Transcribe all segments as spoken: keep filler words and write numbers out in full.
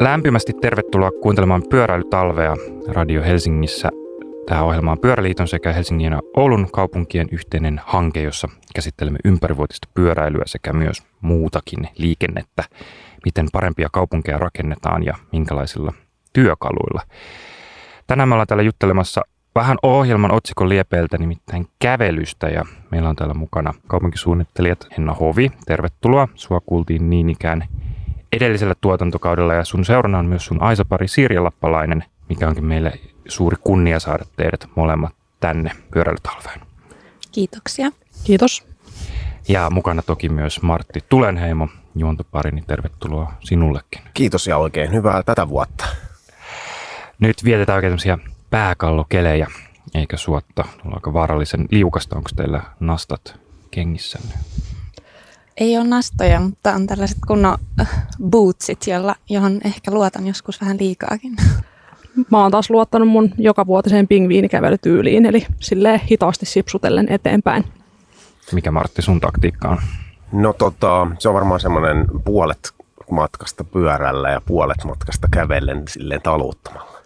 Lämpimästi tervetuloa kuuntelemaan Pyöräilytalvea Radio Helsingissä. Tämä ohjelma on Pyöräliiton sekä Helsingin ja Oulun kaupunkien yhteinen hanke, jossa käsittelemme ympärivuotista pyöräilyä sekä myös muutakin liikennettä. Miten parempia kaupunkeja rakennetaan ja minkälaisilla työkaluilla. Tänään me ollaan täällä juttelemassa vähän ohjelman otsikon liepeiltä, nimittäin kävelystä, ja meillä on täällä mukana kaupunkisuunnittelijat Henna Hovi. Tervetuloa. Sua kuultiin niin ikään edellisellä tuotantokaudella, ja sun seurana on myös sun aisapari Sirja Lappalainen, mikä onkin meille suuri kunnia saada teidät molemmat tänne Pyöräilytalveen. Kiitoksia. Kiitos. Ja mukana toki myös Martti Tulenheimo, juontoparini. Tervetuloa sinullekin. Kiitos ja oikein hyvää tätä vuotta. Nyt vietetään oikein tämmöisiä pääkallokelejä, eikä suotta. Ollaan aika vaarallisen liukasta. Onko teillä nastat kengissänne? Ei ole nastoja, mutta on tällaiset kunnon bootsit, jolla, johon ehkä luotan joskus vähän liikaakin. Mä oon taas luottanut mun jokavuotiseen pingviinikävelytyyliin, eli silleen hitaasti sipsutellen eteenpäin. Mikä Martti sun taktiikka on? No tota, se on varmaan semmoinen puolet matkasta pyörällä ja puolet matkasta kävellen silleen taluuttamalla.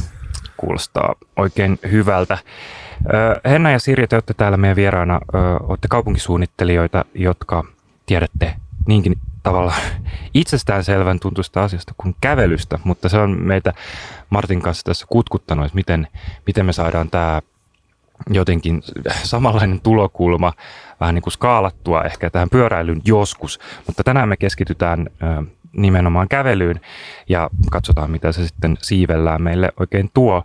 Kuulostaa oikein hyvältä. Henna ja Sirja, te olette täällä meidän vieraana. Olette kaupunkisuunnittelijoita, jotka tiedätte niinkin tavallaan itsestäänselvän tuntuista asiasta kuin kävelystä, mutta se on meitä Martin kanssa tässä kutkuttanut, että miten, miten me saadaan tämä jotenkin samanlainen tulokulma vähän niin kuin skaalattua ehkä tähän pyöräilyyn joskus, mutta tänään me keskitytään nimenomaan kävelyyn ja katsotaan, mitä se sitten siivellään meille oikein tuo.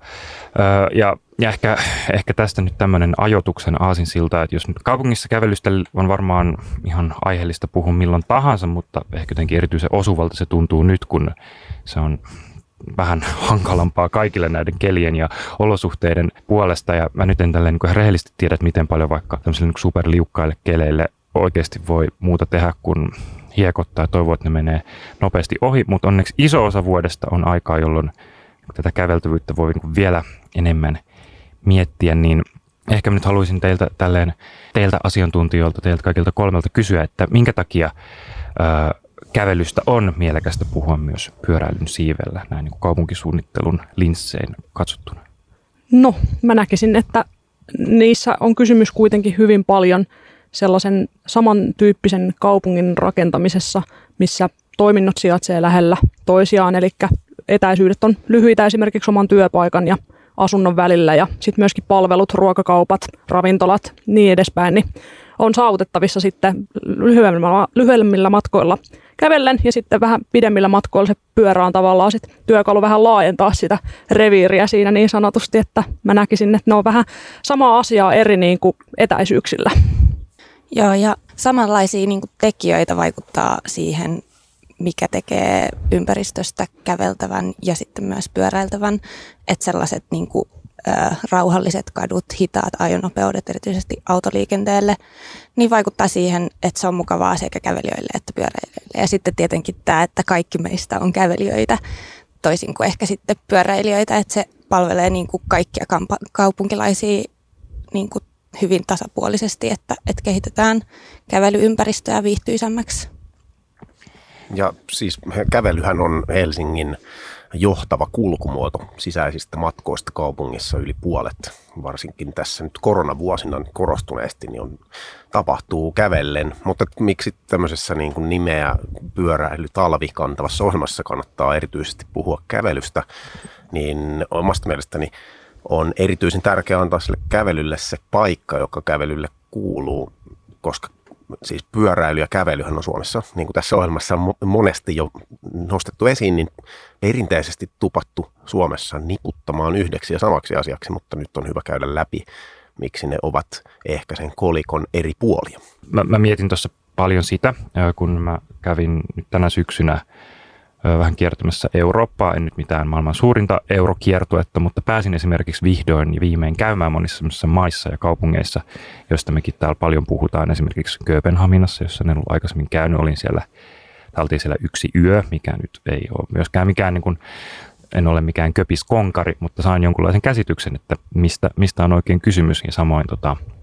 Ja, ja ehkä, ehkä tästä nyt tämmöinen ajoituksen aasinsilta, että jos nyt kaupungissa kävelystä on varmaan ihan aiheellista puhua milloin tahansa, mutta ehkä jotenkin erityisen osuvalta se tuntuu nyt, kun se on vähän hankalampaa kaikille näiden kelien ja olosuhteiden puolesta. Ja mä nyt en tälleen niin kuin ihan rehellisesti tiedä, että miten paljon vaikka tämmöisille niin superliukkaille keleille oikeasti voi muuta tehdä kuin hiekottaa ja toivoa, että ne menee nopeasti ohi. Mutta onneksi iso osa vuodesta on aikaa, jolloin tätä käveltävyyttä voi niin vielä enemmän miettiä. Niin ehkä mä nyt haluaisin teiltä, tälleen, teiltä asiantuntijoilta, teiltä kaikilta kolmelta kysyä, että minkä takia ää, kävelystä on mielekästä puhua myös pyöräilyn siivellä, näin niin kuin kaupunkisuunnittelun linssein katsottuna? No, mä näkisin, että niissä on kysymys kuitenkin hyvin paljon sellaisen samantyyppisen kaupungin rakentamisessa, missä toiminnot sijaitsee lähellä toisiaan, eli etäisyydet on lyhyitä esimerkiksi oman työpaikan ja asunnon välillä, ja sitten myöskin palvelut, ruokakaupat, ravintolat, niin edespäin, niin on saavutettavissa sitten lyhyemmillä, lyhyemmillä matkoilla kävellen, ja sitten vähän pidemmillä matkoilla se pyörä on tavallaan sit työkalu vähän laajentaa sitä reviiriä siinä niin sanotusti, että mä näkisin, että ne on vähän samaa asiaa eri niin kuin etäisyyksillä. Joo, ja samanlaisia niin kuin tekijöitä vaikuttaa siihen, mikä tekee ympäristöstä käveltävän ja sitten myös pyöräiltävän, että sellaiset niin kuin, äh, rauhalliset kadut, hitaat ajonopeudet, erityisesti autoliikenteelle, niin vaikuttaa siihen, että se on mukavaa sekä kävelijöille että pyöräilijöille. Ja sitten tietenkin tämä, että kaikki meistä on kävelijöitä, toisin kuin ehkä sitten pyöräilijöitä, että se palvelee niin kuin kaikkia kampa- kaupunkilaisia niin kuin hyvin tasapuolisesti, että, että kehitetään kävelyympäristöä viihtyisämmäksi. Ja siis kävelyhän on Helsingin johtava kulkumuoto sisäisistä matkoista kaupungissa, yli puolet. Varsinkin tässä nyt koronavuosina korostuneesti niin on, tapahtuu kävellen, mutta miksi tämmöisessä niin kuin nimeä pyöräilytalvi kantavassa ohjelmassa kannattaa erityisesti puhua kävelystä, niin omasta mielestäni on erityisen tärkeää antaa sille kävelylle se paikka, joka kävelylle kuuluu, koska siis pyöräily ja kävelyhän on Suomessa, niin kuin tässä ohjelmassa on monesti jo nostettu esiin, niin perinteisesti tupattu Suomessa niputtamaan yhdeksi ja samaksi asiaksi, mutta nyt on hyvä käydä läpi, miksi ne ovat ehkä sen kolikon eri puolia. Mä, mä mietin tuossa paljon sitä, kun mä kävin nyt tänä syksynä vähän kiertämässä Eurooppaa, en nyt mitään maailman suurinta eurokiertuetta, mutta pääsin esimerkiksi vihdoin ja viimein käymään monissa maissa ja kaupungeissa, joista mekin täällä paljon puhutaan, esimerkiksi Kööpenhaminassa, jossa en ollut aikaisemmin käynyt, olin siellä, oltiin siellä yksi yö, mikä nyt ei ole myöskään mikään, niin kuin, en ole mikään köpiskonkari, mutta sain jonkunlaisen käsityksen, että mistä, mistä on oikein kysymys, ja samoin tota,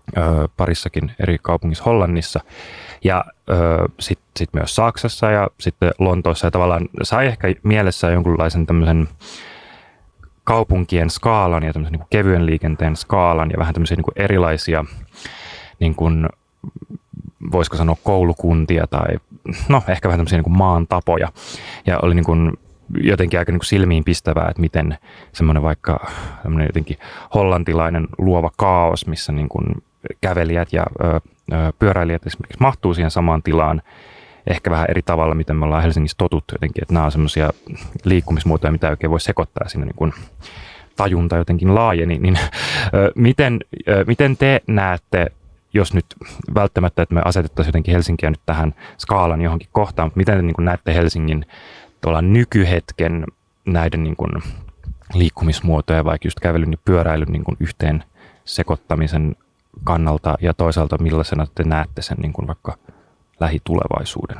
ö, parissakin eri kaupungissa Hollannissa ja sitten sit myös Saksassa ja sitten Lontoossa ja tavallaan sai ehkä mielessä jonkunlaisen tämmöisen kaupunkien skaalan ja tämmöisen niin kuin kevyen liikenteen skaalan ja vähän tämmöisiä niin kuin erilaisia, niin kuin, voisiko sanoa koulukuntia tai no ehkä vähän tämmöisiä niin kuin maan tapoja. Ja oli niin kuin jotenkin aika niin kuin silmiin pistävää, että miten semmoinen vaikka tämmöinen jotenkin hollantilainen luova kaos, missä niin kuin kävelijät ja ö, ö, pyöräilijät esimerkiksi mahtuu siihen samaan tilaan ehkä vähän eri tavalla, miten me ollaan Helsingissä totuttu jotenkin, että nämä on semmoisia liikkumismuotoja, mitä oikein voi sekoittaa sinne niin kuin tajunta jotenkin laajeni, niin ö, miten, ö, miten te näette, jos nyt välttämättä, että me asetettaisiin jotenkin Helsinkiä nyt tähän skaalan johonkin kohtaan, mutta miten te niin kuin näette Helsingin nykyhetken näiden niin kuin liikkumismuotoja, vaikka just kävelyn ja pyöräilyn niin kuin yhteen sekoittamisen kannalta ja toisaalta millaisena te näette sen niin kuin vaikka lähitulevaisuuden?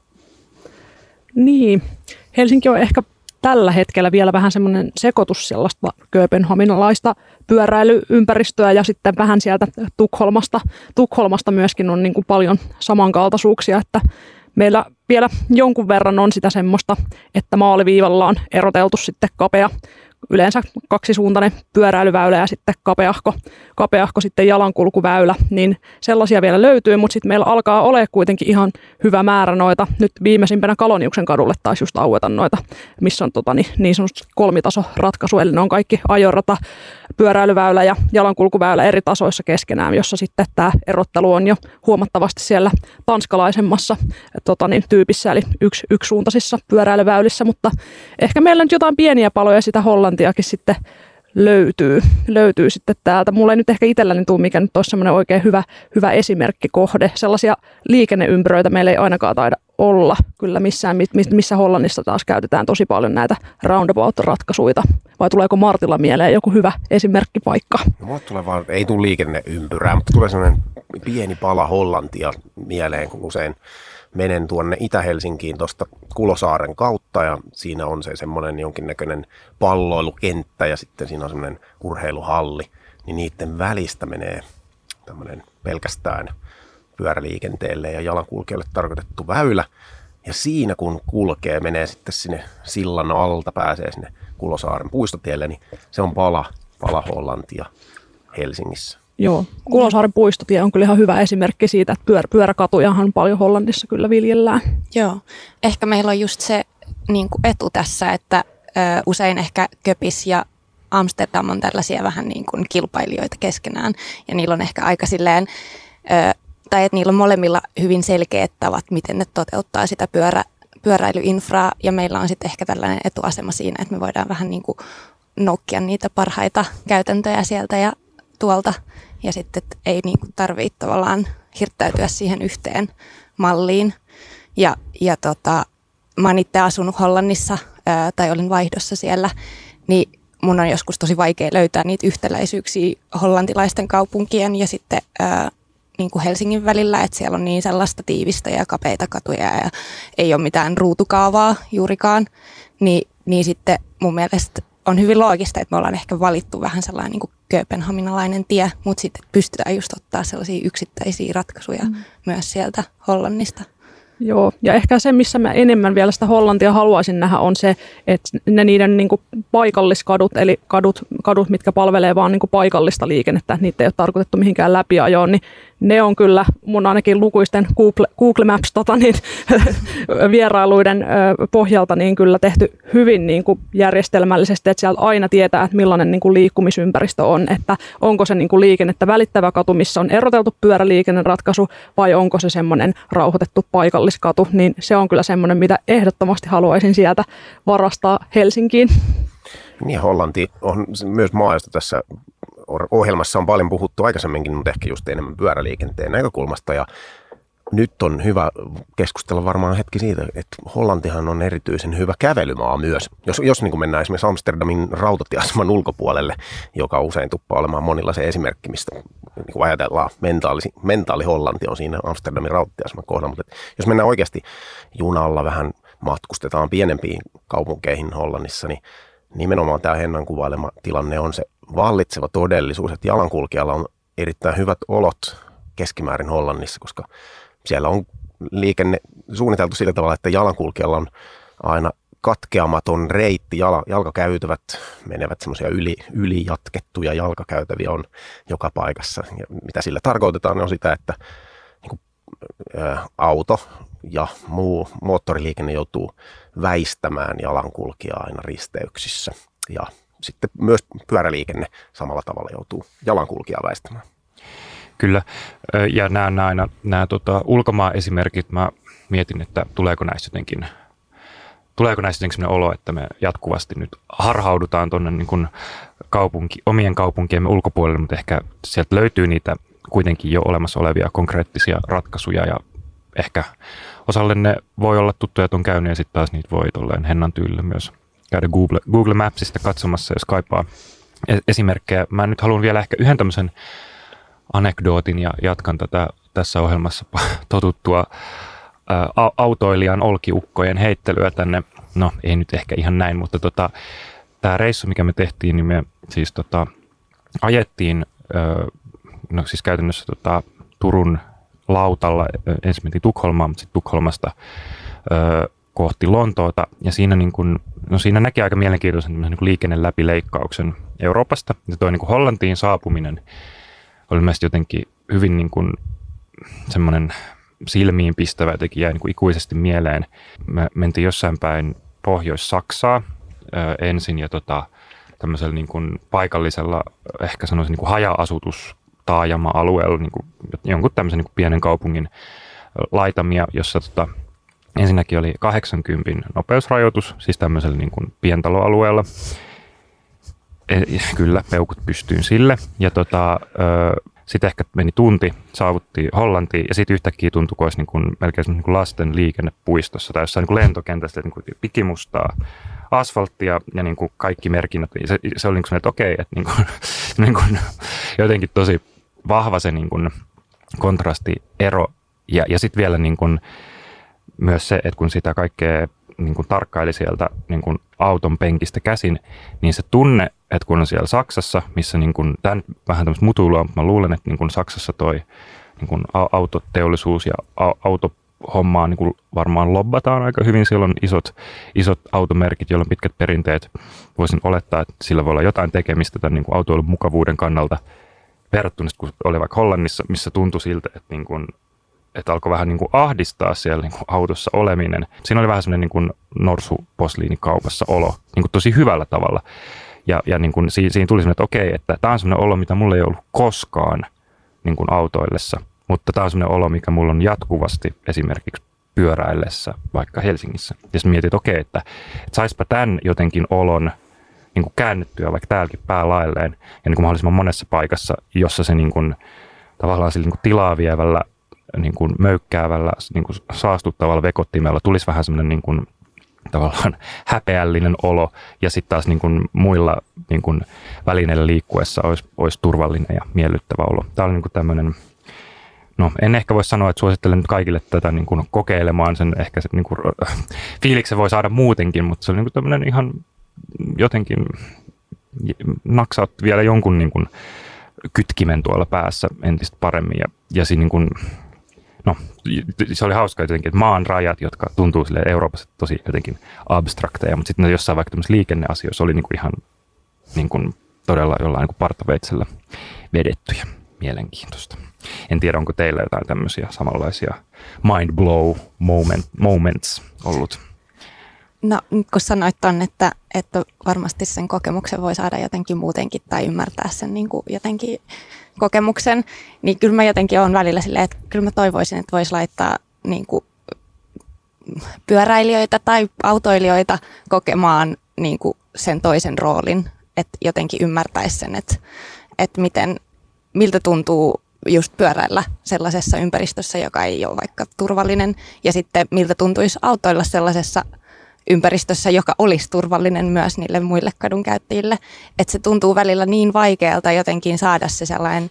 Niin, Helsinki on ehkä tällä hetkellä vielä vähän semmoinen sekoitus sellaista kööpenhaminalaista pyöräilyympäristöä ja sitten vähän sieltä Tukholmasta. Tukholmasta myöskin on niin kuin paljon samankaltaisuuksia, että meillä vielä jonkun verran on sitä semmoista, että maaliviivalla on eroteltu sitten kapea, yleensä kaksisuuntainen pyöräilyväylä ja sitten kapeahko, kapeahko sitten jalankulkuväylä, niin sellaisia vielä löytyy, mutta sitten meillä alkaa olla kuitenkin ihan hyvä määrä noita. Nyt viimeisimpänä Kaloniuksen kadulle taisi just aueta noita, missä on tota, niin, niin sanotusti kolmitasoratkaisu, eli ne on kaikki ajorata, pyöräilyväylä ja jalankulkuväylä eri tasoissa keskenään, jossa sitten tämä erottelu on jo huomattavasti siellä tanskalaisemmassa tota niin, tyypissä, eli yksi, yksisuuntaisissa pyöräilyväylissä, mutta ehkä meillä nyt jotain pieniä paloja sitä Hollantiakin sitten löytyy, löytyy sitten täältä. Mulla ei nyt ehkä itselläni tule, mikä nyt olisi semmoinen oikein hyvä, hyvä esimerkkikohde. Sellaisia liikenneympyröitä meillä ei ainakaan taida olla kyllä missään, missä Hollannissa taas käytetään tosi paljon näitä roundabout-ratkaisuja. Vai tuleeko Martilla mieleen joku hyvä esimerkkipaikka? No, mulle tulee vaan, ei tule liikenneympyrää, mutta tulee sellainen pieni pala Hollantia mieleen, kun usein menen tuonne Itä-Helsinkiin tuosta Kulosaaren kautta ja siinä on se semmoinen jonkinnäköinen palloilukenttä ja sitten siinä on semmoinen urheiluhalli, niin niiden välistä menee tämmöinen pelkästään pyöräliikenteelle ja jalankulkijoille tarkoitettu väylä. Ja siinä kun kulkee, menee sitten sinne sillan alta, pääsee sinne Kulosaaren puistotielle, niin se on pala, pala Hollantia Helsingissä. Joo, Kulosaaren puistotie on kyllä ihan hyvä esimerkki siitä, että pyör- pyöräkatujahan paljon Hollannissa kyllä viljellään. Joo, ehkä meillä on just se niin kuin etu tässä, että ö, usein ehkä Köpis ja Amsterdam on tällaisia vähän niin kuin kilpailijoita keskenään ja niillä on ehkä aika silleen, ö, tai että niillä on molemmilla hyvin selkeät tavat, miten ne toteuttaa sitä pyörä, pyöräilyinfraa ja meillä on sitten ehkä tällainen etuasema siinä, että me voidaan vähän niin kuin noukkia niitä parhaita käytäntöjä sieltä ja tuolta ja sitten ei niin kuin tarvitse tavallaan hirttäytyä siihen yhteen malliin. Ja, ja tota, mä oon itse asunut Hollannissa ää, tai olin vaihdossa siellä, niin mun on joskus tosi vaikea löytää niitä yhtäläisyyksiä hollantilaisten kaupunkien ja sitten ää, niin kuin Helsingin välillä, että siellä on niin sellaista tiivistä ja kapeita katuja ja ei ole mitään ruutukaavaa juurikaan, niin, niin sitten mun mielestä on hyvin loogista, että me ollaan ehkä valittu vähän sellainen niin kuin kööpenhaminalainen tie, mutta sitten pystytään just ottaa sellaisia yksittäisiä ratkaisuja mm. myös sieltä Hollannista. Joo, ja ehkä se, missä mä enemmän vielä sitä Hollantia haluaisin nähdä, on se, että ne niiden niin kuin paikalliskadut, eli kadut, kadut, mitkä palvelee vaan niin kuin paikallista liikennettä, että niitä ei ole tarkoitettu mihinkään läpiajoon, niin ne on kyllä mun ainakin lukuisten Google, Google Maps tota, niin, vierailuiden ö, pohjalta niin kyllä tehty hyvin niin kuin järjestelmällisesti, että sieltä aina tietää, että millainen niin kuin liikkumisympäristö on, että onko se niin kuin liikennettä välittävä katu, missä on eroteltu pyöräliikenneratkaisu vai onko se semmoinen rauhoitettu paikalliskatu, niin se on kyllä semmoinen, mitä ehdottomasti haluaisin sieltä varastaa Helsinkiin. Niin, Hollanti on myös maa, josta tässä ohjelmassa on paljon puhuttu aikaisemminkin, mutta ehkä just enemmän pyöräliikenteen näkökulmasta. Ja nyt on hyvä keskustella varmaan hetki siitä, että Hollantihan on erityisen hyvä kävelymaa myös. Jos, jos niin kuin mennään esimerkiksi Amsterdamin rautatieaseman ulkopuolelle, joka usein tuppaa olemaan monilla se esimerkki, mistä niin kuin ajatellaan, mentaali, mentaali Hollanti on siinä Amsterdamin rautatieaseman kohdalla. Mutta jos mennään oikeasti junalla vähän matkustetaan pienempiin kaupunkeihin Hollannissa, niin nimenomaan tämä Hennan kuvailema tilanne on se vallitseva todellisuus, että jalankulkijalla on erittäin hyvät olot keskimäärin Hollannissa, koska siellä on liikenne suunniteltu sillä tavalla, että jalankulkijalla on aina katkeamaton reitti, jala, jalkakäytävät menevät semmoisia yli, ylijatkettuja jalkakäytäviä on joka paikassa. Ja mitä sillä tarkoitetaan, on sitä, että niin kuin, ä, auto ja muu moottoriliikenne joutuu väistämään jalankulkijaa aina risteyksissä. Ja sitten myös pyöräliikenne samalla tavalla joutuu jalankulkijaa väistämään. Kyllä, ja nämä, nämä, nämä, nämä tota, ulkomaan esimerkit, mä mietin, että tuleeko näistä jotenkin, tuleeko näistä jotenkin sellainen olo, että me jatkuvasti nyt harhaudutaan tuonne niin kuin kaupunki, omien kaupunkiemme ulkopuolelle, mutta ehkä sieltä löytyy niitä kuitenkin jo olemassa olevia konkreettisia ratkaisuja, ja ehkä osalle ne voi olla tuttuja, että on käynyt, ja sitten taas niitä voi tolleen Hennan tyylillä myös käydä Google, Google Mapsista katsomassa, jos kaipaa esimerkkejä. Mä nyt haluan vielä ehkä yhden tämmöisen anekdootin ja jatkan tätä tässä ohjelmassa totuttua ää, autoilijan olkiukkojen heittelyä tänne. No ei nyt ehkä ihan näin, mutta tota, tämä reissu, mikä me tehtiin, niin me siis tota, ajettiin, ää, no siis käytännössä tota, Turun lautalla, ensin mentiin Tukholmaan, mutta sitten Tukholmasta ää, kohti Lontoota, ja siinä, niin kun, no siinä näki aika mielenkiintoisen niin liikenne läpileikkauksen Euroopasta, ja toi niin kun Hollantiin saapuminen oli mielestäni jotenkin hyvin niin kuin semmoinen silmiin pistävä, jotenkin jäi niin kuin ikuisesti mieleen. Me mentiin jossain päin Pohjois-Saksaa ö, ensin ja tota, tämmöisellä niin kuin paikallisella, ehkä sanoisin niin kuin haja-asutustaajama-alueella, niin kuin jonkun tämmöisen niin kuin pienen kaupungin laitamia, jossa tota, ensinnäkin oli kahdeksankymmentä nopeusrajoitus, siis tämmöisellä niin kuin pientaloalueella. E, kyllä, peukut pystyyn sille. Ja tota, sitten ehkä meni tunti, saavuttiin Hollantiin, ja sitten yhtäkkiä tuntui, kun olisi niin kuin, melkein niin kuin lasten liikennepuistossa tai jossain niin kuin lentokentässä, niin kuin pikimustaa asfalttia ja niin kuin kaikki merkinnät. Se, se oli niin kuin, että okei, että niin kuin, niin kuin, jotenkin tosi vahva se niin kuin kontrastiero. Ja, ja sitten vielä niin kuin, myös se, että kun sitä kaikkea niin kuin tarkkaili sieltä niin kuin auton penkistä käsin, niin se tunne, että kun on siellä Saksassa, missä niin kuin, tämä nyt vähän tämmöistä mutuilua, mutta mä luulen, että niin kuin Saksassa toi niin kuin autoteollisuus ja autohommaa niin kuin varmaan lobbataan aika hyvin. Siellä on isot, isot automerkit, joilla on pitkät perinteet. Voisin olettaa, että sillä voi olla jotain tekemistä tämän niin kuin autoilun mukavuuden kannalta verrattuna, kun oli vaikka Hollannissa, missä tuntui siltä, että niin kuin että alkoi vähän niin kuin ahdistaa siellä niin kuin autossa oleminen. Siinä oli vähän semmoinen niin kuin norsuposliinikaupassa olo, niin kuin tosi hyvällä tavalla. Ja, ja niin kuin siinä, siinä tuli semmoinen, että okei, että tämä on semmoinen olo, mitä mulla ei ollut koskaan niin kuin autoillessa. Mutta tämä on semmoinen olo, mikä mulla on jatkuvasti esimerkiksi pyöräillessä vaikka Helsingissä. Ja sitten mietin, että okei, että, että saispa tämän jotenkin olon niin kuin käännettyä vaikka täälläkin päälailleen. Ja niin kuin mahdollisimman monessa paikassa, jossa se niin kuin, tavallaan sillä niin kuin tilaa vievällä niin kuin möykkäävällä, niin kuin saastuttavalla vekottimella tulisi vähän semmoinen niin kuin, tavallaan häpeällinen olo, ja sitten taas niin kuin muilla niin kuin välineillä liikkuessa olisi, olisi turvallinen ja miellyttävä olo. Tämä oli niin kuin tämmöinen, no en ehkä voi sanoa, että suosittelen nyt kaikille tätä niin kuin kokeilemaan, sen ehkä se niin kuin, fiiliksen voi saada muutenkin, mutta se oli niin kuin tämmöinen ihan jotenkin naksautti vielä jonkun niin kuin kytkimen tuolla päässä entistä paremmin, ja, ja siinä niin kuin, no, se oli hauska jotenkin, että maan rajat, jotka tuntuu sille Euroopassa tosi jotenkin abstrakteja, mutta sitten jossain vaikka tämmöisissä liikenneasioissa oli niin kuin ihan niin kuin todella jollain niin kuin partaveitsellä vedettyjä. Mielenkiintoista. En tiedä, onko teillä jotain tämmöisiä samanlaisia mind blow moment, moments ollut? No nyt kun sanoit ton, että, että varmasti sen kokemuksen voi saada jotenkin muutenkin tai ymmärtää sen niin kuin jotenkin kokemuksen, niin kyllä mä jotenkin olen välillä silleen, että kyllä mä toivoisin, että voisi laittaa niin kuin pyöräilijöitä tai autoilijoita kokemaan niin kuin sen toisen roolin, että jotenkin ymmärtäisi sen, että, että miten, miltä tuntuu just pyöräillä sellaisessa ympäristössä, joka ei ole vaikka turvallinen, ja sitten miltä tuntuisi autoilla sellaisessa ympäristössä, joka olisi turvallinen myös niille muille kadunkäyttäjille. Että se tuntuu välillä niin vaikealta jotenkin saada se sellainen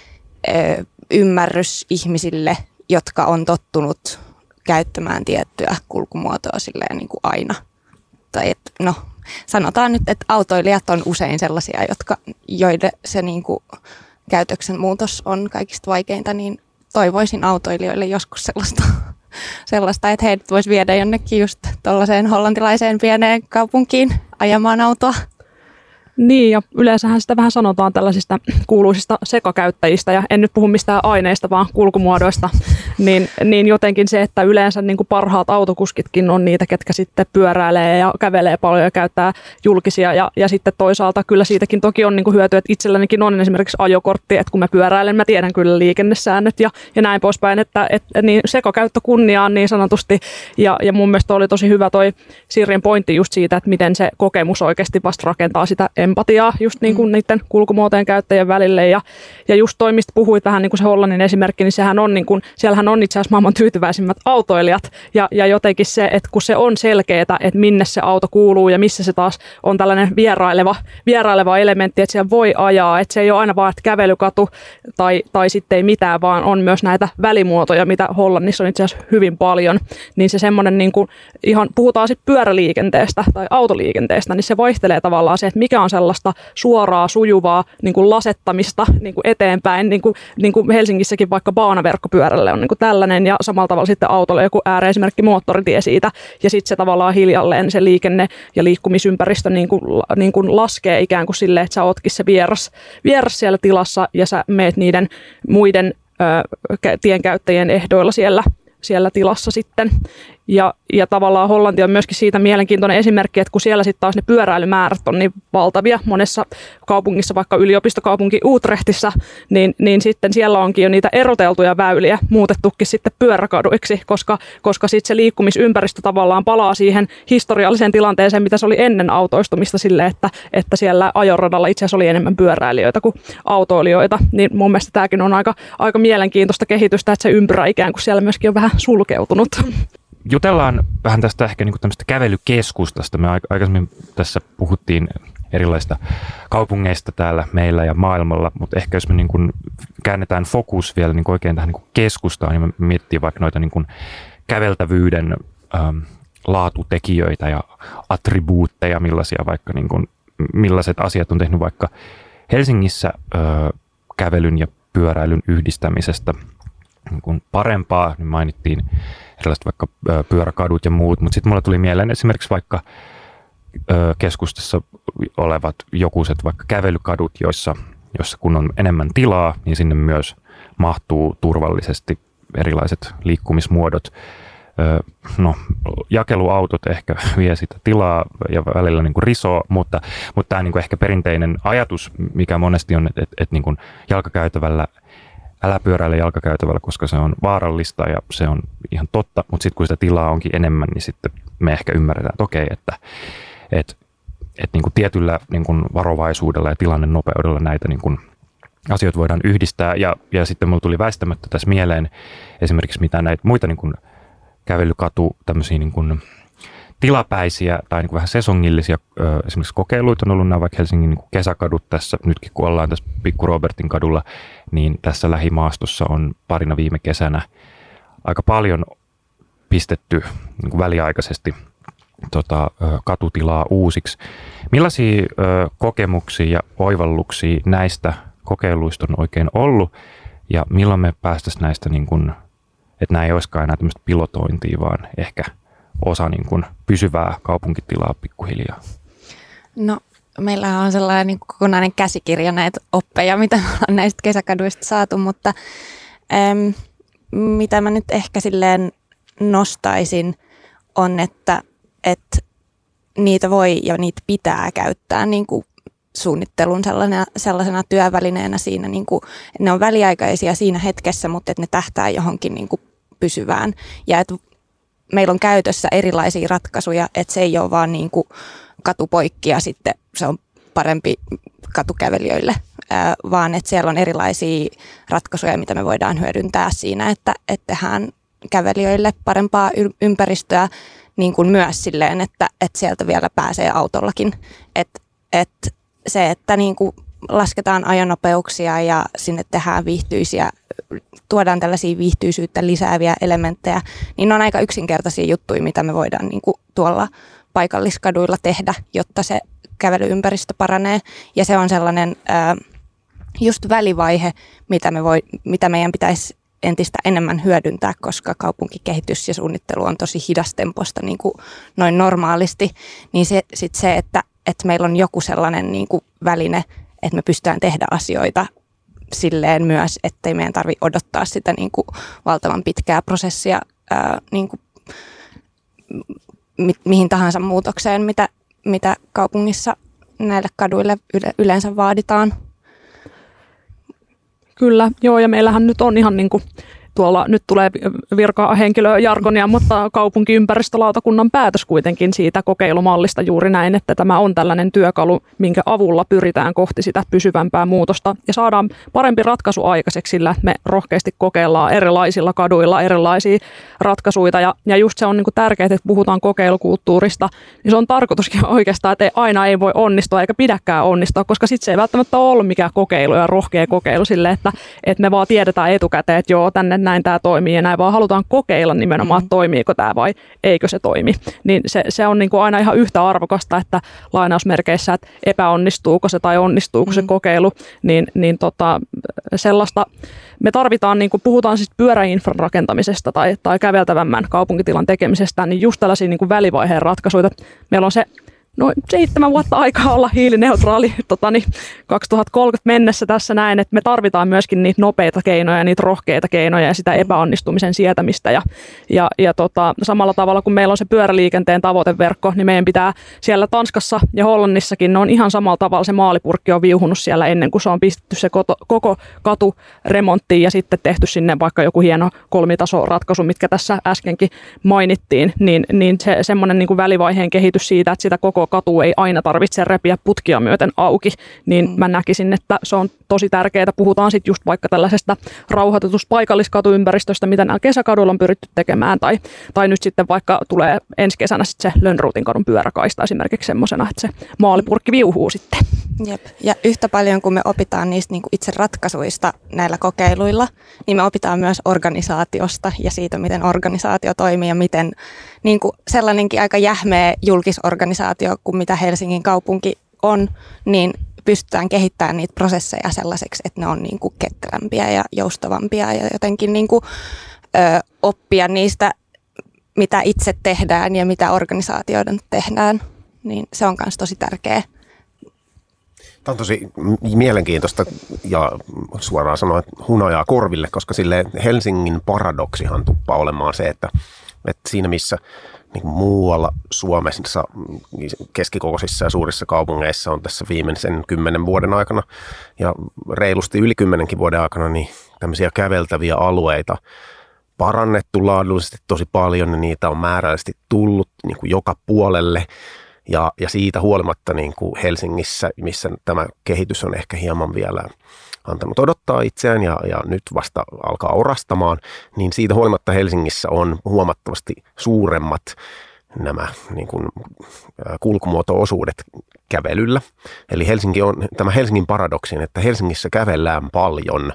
ö, ymmärrys ihmisille, jotka on tottunut käyttämään tiettyä kulkumuotoa silleen niin kuin aina. Tai et, no, sanotaan nyt, että autoilijat on usein sellaisia, jotka, joiden se niin kuin käytöksen muutos on kaikista vaikeinta, niin toivoisin autoilijoille joskus sellaista, sellaista että heidät voisi viedä jonnekin just tuollaiseen hollantilaiseen pieneen kaupunkiin ajamaan autoa. Niin, ja yleensähän sitä vähän sanotaan tällaisista kuuluisista sekakäyttäjistä, ja en nyt puhu mistään aineista, vaan kulkumuodoista, niin, niin jotenkin se, että yleensä niin kuin parhaat autokuskitkin on niitä, ketkä sitten pyöräilee ja kävelee paljon ja käyttää julkisia, ja, ja sitten toisaalta kyllä siitäkin toki on niin kuin hyötyä, että itsellänikin on esimerkiksi ajokortti, että kun mä pyöräilen, mä tiedän kyllä liikennesäännöt ja, ja näin poispäin, että, että niin sekakäyttö kunniaan niin sanotusti, ja, ja mun mielestä oli tosi hyvä toi Sirrin pointti just siitä, että miten se kokemus oikeasti vasta rakentaa sitä empatiaa just niin kuin mm. niiden kulkumuotojen käyttäjien välille. Ja, ja just toi, mistä puhuit vähän niin kuin se Hollannin esimerkki, niin sehän on niin kuin, siellähän on itse asiassa maailman tyytyväisimmät autoilijat. Ja, ja jotenkin se, että kun se on selkeää, että minne se auto kuuluu ja missä se taas on tällainen vieraileva, vieraileva elementti, että siellä voi ajaa. Että se ei ole aina vaan kävelykatu tai, tai sitten ei mitään, vaan on myös näitä välimuotoja, mitä Hollannissa on itse asiassa hyvin paljon. Niin se semmoinen, niin kuin, ihan puhutaan sitten pyöräliikenteestä tai autoliikenteestä, niin se vaihtelee tavallaan se, että mikä on sellaista suoraa, sujuvaa niin kuin lasettamista niin kuin eteenpäin, niin kuin, niin kuin Helsingissäkin vaikka baanaverkkopyörälle on niin kuin tällainen, ja samalla tavalla sitten autolle joku ääreesimerkki moottoritie siitä, ja sitten se tavallaan hiljalleen se liikenne- ja liikkumisympäristö niin kuin, niin kuin laskee ikään kuin silleen, että sä ootkin se vieras, vieras siellä tilassa, ja sä meet niiden muiden ö, tienkäyttäjien ehdoilla siellä, siellä tilassa sitten. Ja, ja tavallaan Hollanti on myöskin siitä mielenkiintoinen esimerkki, että kun siellä sitten taas ne pyöräilymäärät on niin valtavia monessa kaupungissa, vaikka yliopistokaupunki Utrechtissä, niin, niin sitten siellä onkin jo niitä eroteltuja väyliä muutettukin sitten pyöräkaduiksi, koska, koska sitten se liikkumisympäristö tavallaan palaa siihen historialliseen tilanteeseen, mitä se oli ennen autoistumista sille, että, että siellä ajoradalla itse asiassa oli enemmän pyöräilijöitä kuin autoilijoita. Niin mun mielestä tämäkin on aika, aika mielenkiintoista kehitystä, että se ympyrä ikään kuin siellä myöskin on vähän sulkeutunut. Jutellaan vähän tästä ehkä niin kuin tämmöistä kävelykeskustasta. Me aikaisemmin tässä puhuttiin erilaisista kaupungeista täällä meillä ja maailmalla, mutta ehkä jos me niin kuin käännetään fokus vielä niin kuin oikein tähän niin kuin keskustaan, niin me miettii vaikka noita niin kuin käveltävyyden ähm, laatutekijöitä ja attribuutteja, millaisia vaikka niin kuin, millaiset asiat on tehnyt vaikka Helsingissä äh, kävelyn ja pyöräilyn yhdistämisestä niin kuin parempaa, niin mainittiin erilaiset vaikka pyöräkadut ja muut, mutta sitten mulla tuli mieleen esimerkiksi vaikka ö, keskustassa olevat jokuiset vaikka kävelykadut, joissa, joissa kun on enemmän tilaa, niin sinne myös mahtuu turvallisesti erilaiset liikkumismuodot. Ö, no, jakeluautot ehkä vie sitä tilaa ja välillä niin kuin risoo, mutta, mutta tämä niin kuin ehkä perinteinen ajatus, mikä monesti on, että, että, että niin kuin jalkakäytävällä älä pyöräile jalkakäytävällä, koska se on vaarallista ja se on ihan totta, mutta sitten kun sitä tilaa onkin enemmän, niin sitten me ehkä ymmärretään, että okei, että, että, että niin kuin tietyllä niin kuin varovaisuudella ja tilanne nopeudella näitä niin kuin asioita voidaan yhdistää. Ja, ja sitten mulla tuli väistämättä tässä mieleen esimerkiksi mitä näitä muita niin kuin kävelykatu, tämmöisiä niin kuin tilapäisiä tai niin kuin vähän sesongillisia esimerkiksi kokeiluita on ollut nämä vaikka Helsingin niin kuin kesäkadut tässä, nytkin kun ollaan tässä Pikku Robertin kadulla, niin tässä lähimaastossa on parina viime kesänä aika paljon pistetty niin kuin väliaikaisesti tota, katutilaa uusiksi. Millaisia kokemuksia ja oivalluksia näistä kokeiluista on oikein ollut ja milloin me päästäisiin näistä, niin kuin, että nämä ei olisikaan enää tämmöistä pilotointia, vaan ehkä osa niin kuin pysyvää kaupunkitilaa pikkuhiljaa? No, meillä on sellainen niin kokonainen käsikirja näitä oppeja, mitä me ollaan näistä kesäkaduista saatu, mutta äm, mitä mä nyt ehkä silleen nostaisin on, että, että niitä voi ja niitä pitää käyttää niin kuin suunnittelun sellaisena, sellaisena työvälineenä siinä, niin kuin, että ne on väliaikaisia siinä hetkessä, mutta että ne tähtää johonkin niin kuin pysyvään ja että meillä on käytössä erilaisia ratkaisuja, että se ei ole vaan niin kuin katupoikki ja sitten se on parempi katukävelijöille, vaan että siellä on erilaisia ratkaisuja, mitä me voidaan hyödyntää siinä, että, että tehdään kävelijöille parempaa ympäristöä niin kuin myös silleen, että, että sieltä vielä pääsee autollakin. Että, että se, että niin kuin lasketaan ajonopeuksia ja sinne tehdään viihtyisiä, tuodaan tällaisia viihtyisyyttä lisääviä elementtejä, niin ne on aika yksinkertaisia juttuja, mitä me voidaan niin kuin tuolla paikalliskaduilla tehdä, jotta se kävelyympäristö paranee. Ja se on sellainen, ää, just välivaihe, mitä, me voi, mitä meidän pitäisi entistä enemmän hyödyntää, koska kaupunkikehitys ja suunnittelu on tosi hidastemposta niin kuin noin normaalisti, niin se, sit se että, että meillä on joku sellainen niin kuin väline, että me pystytään tehdä asioita silleen myös, ettei meidän tarvitse odottaa sitä niin kuin valtavan pitkää prosessia ää, niin kuin mi, mihin tahansa muutokseen, mitä, mitä kaupungissa näille kaduille yle, yleensä vaaditaan. Kyllä, joo, ja meillähän nyt on ihan niin kuin tuolla, nyt tulee virkahenkilöjargonia, mutta kaupunkiympäristölautakunnan päätös kuitenkin siitä kokeilumallista juuri näin, että tämä on tällainen työkalu, minkä avulla pyritään kohti sitä pysyvämpää muutosta ja saadaan parempi ratkaisu aikaiseksi sillä, että me rohkeasti kokeillaan erilaisilla kaduilla erilaisia ratkaisuja ja, ja just se on niin kuin tärkeää, että puhutaan kokeilukulttuurista, niin se on tarkoituskin oikeastaan, että aina ei voi onnistua eikä pidäkään onnistua, koska sitten se ei välttämättä ole ollut mikään kokeilu ja rohkea kokeilu sille, että, että me vaan tiedetään etukäteen, että joo, tänne näin tämä toimii ja näin, vaan halutaan kokeilla nimenomaan, että toimiiko tämä vai eikö se toimi. Niin se, se on niin kuin aina ihan yhtä arvokasta, että lainausmerkeissä, että epäonnistuuko se tai onnistuuko mm. se kokeilu, niin, niin tota, sellaista me tarvitaan, niin kuin puhutaan siis pyöräinfran rakentamisesta tai, tai käveltävämmän kaupunkitilan tekemisestä, niin just tällaisia niin kuin välivaiheen ratkaisuja. Meillä on se noin seitsemän vuotta aikaa olla hiilineutraali tota, niin kaksituhattakolmekymmentä mennessä tässä näin, että me tarvitaan myöskin niitä nopeita keinoja, niitä rohkeita keinoja ja sitä epäonnistumisen sietämistä. Ja, ja, ja tota, samalla tavalla kuin meillä on se pyöräliikenteen tavoiteverkko, niin meidän pitää siellä Tanskassa ja Hollannissakin, ne on ihan samalla tavalla se maalipurkki on viuhunut siellä ennen kuin se on pistetty se koto, koko katu remonttiin ja sitten tehty sinne vaikka joku hieno kolmitasoratkaisu, mitkä tässä äskenkin mainittiin, niin, niin se semmoinen niin kuin välivaiheen kehitys siitä, että sitä koko katu ei aina tarvitse repiä putkia myöten auki, niin mm. mä näkisin, että se on tosi tärkeää. Puhutaan sitten just vaikka tällaisesta rauhoitetusta paikalliskatuympäristöstä, mitä näillä kesäkaduilla on pyritty tekemään, tai, tai nyt sitten vaikka tulee ensi kesänä sitten se Lönnruutin kadun pyöräkaista esimerkiksi semmoisena, että se maalipurkki viuhuu sitten. Jep. Ja yhtä paljon kuin me opitaan niistä niin kuin itse ratkaisuista näillä kokeiluilla, niin me opitaan myös organisaatiosta ja siitä, miten organisaatio toimii ja miten niin kuin sellainenkin aika jähmeä julkisorganisaatio kuin mitä Helsingin kaupunki on, niin pystytään kehittämään niitä prosesseja sellaiseksi, että ne on niin kuin ketterämpiä ja joustavampia ja jotenkin niin kuin, ö, oppia niistä, mitä itse tehdään ja mitä organisaatioiden tehdään, niin se on myös tosi tärkeää. Tämä on tosi mielenkiintoista ja suoraan sanoen hunajaa korville, koska sille Helsingin paradoksihan tuppaa olemaan se, että, että siinä missä niin kuin muualla Suomessa keskikokoisissa ja suurissa kaupungeissa on tässä viimeisen kymmenen vuoden aikana ja reilusti yli kymmenenkin vuoden aikana niin tämmöisiä käveltäviä alueita parannettu laadullisesti tosi paljon ja niitä on määrällisesti tullut niin kuin joka puolelle. Ja, ja siitä huolimatta niin kuin Helsingissä, missä tämä kehitys on ehkä hieman vielä antanut odottaa itseään ja, ja nyt vasta alkaa orastamaan, niin siitä huolimatta Helsingissä on huomattavasti suuremmat nämä niin kuin, kulkumuoto-osuudet kävelyllä. Eli Helsinki on tämä Helsingin paradoksin, että Helsingissä kävellään paljon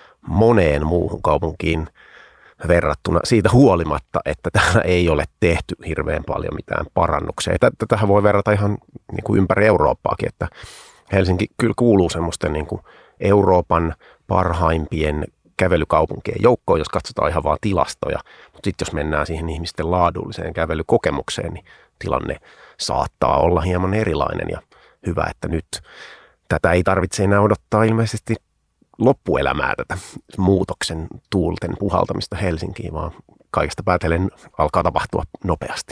moneen muuhun kaupunkiin verrattuna siitä huolimatta, että täällä ei ole tehty hirveän paljon mitään parannuksia. Tätähän voi verrata ihan niin kuin ympäri Eurooppaakin, että Helsinki kyllä kuuluu semmoisten niin kuin Euroopan parhaimpien kävelykaupunkien joukkoon, jos katsotaan ihan vaan tilastoja. Mutta sitten jos mennään siihen ihmisten laadulliseen kävelykokemukseen, niin tilanne saattaa olla hieman erilainen ja hyvä, että nyt tätä ei tarvitse enää odottaa ilmeisesti loppuelämää tätä muutoksen tuulten puhaltamista Helsinkiin, vaan kaikesta päätellen alkaa tapahtua nopeasti.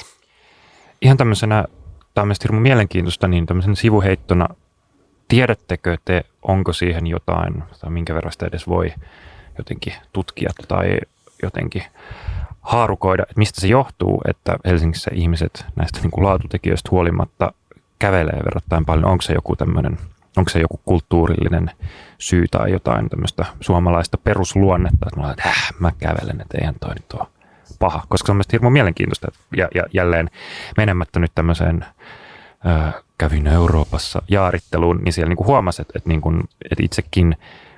Ihan tämmöisenä, tämmöistä hirveän mielenkiintoista, niin tämmöisen sivuheittona, tiedättekö te, onko siihen jotain, tai minkä verran sitä edes voi jotenkin tutkia tai jotenkin haarukoida, että mistä se johtuu, että Helsingissä ihmiset näistä niin kuin laatutekijöistä huolimatta kävelee verrattain paljon. Onko se joku tämmöinen, onko se joku kulttuurillinen syy tai jotain tämmöistä suomalaista perusluonnetta, että mä, olen, että äh, mä kävelen, että eihän toi nyt ole paha, koska se on mielestäni hirveän mielenkiintoista. Ja, ja jälleen menemättä nyt tämmöiseen äh, kävin Euroopassa jaaritteluun, niin siellä niinku huomasi, että, että, niinku, että itsekin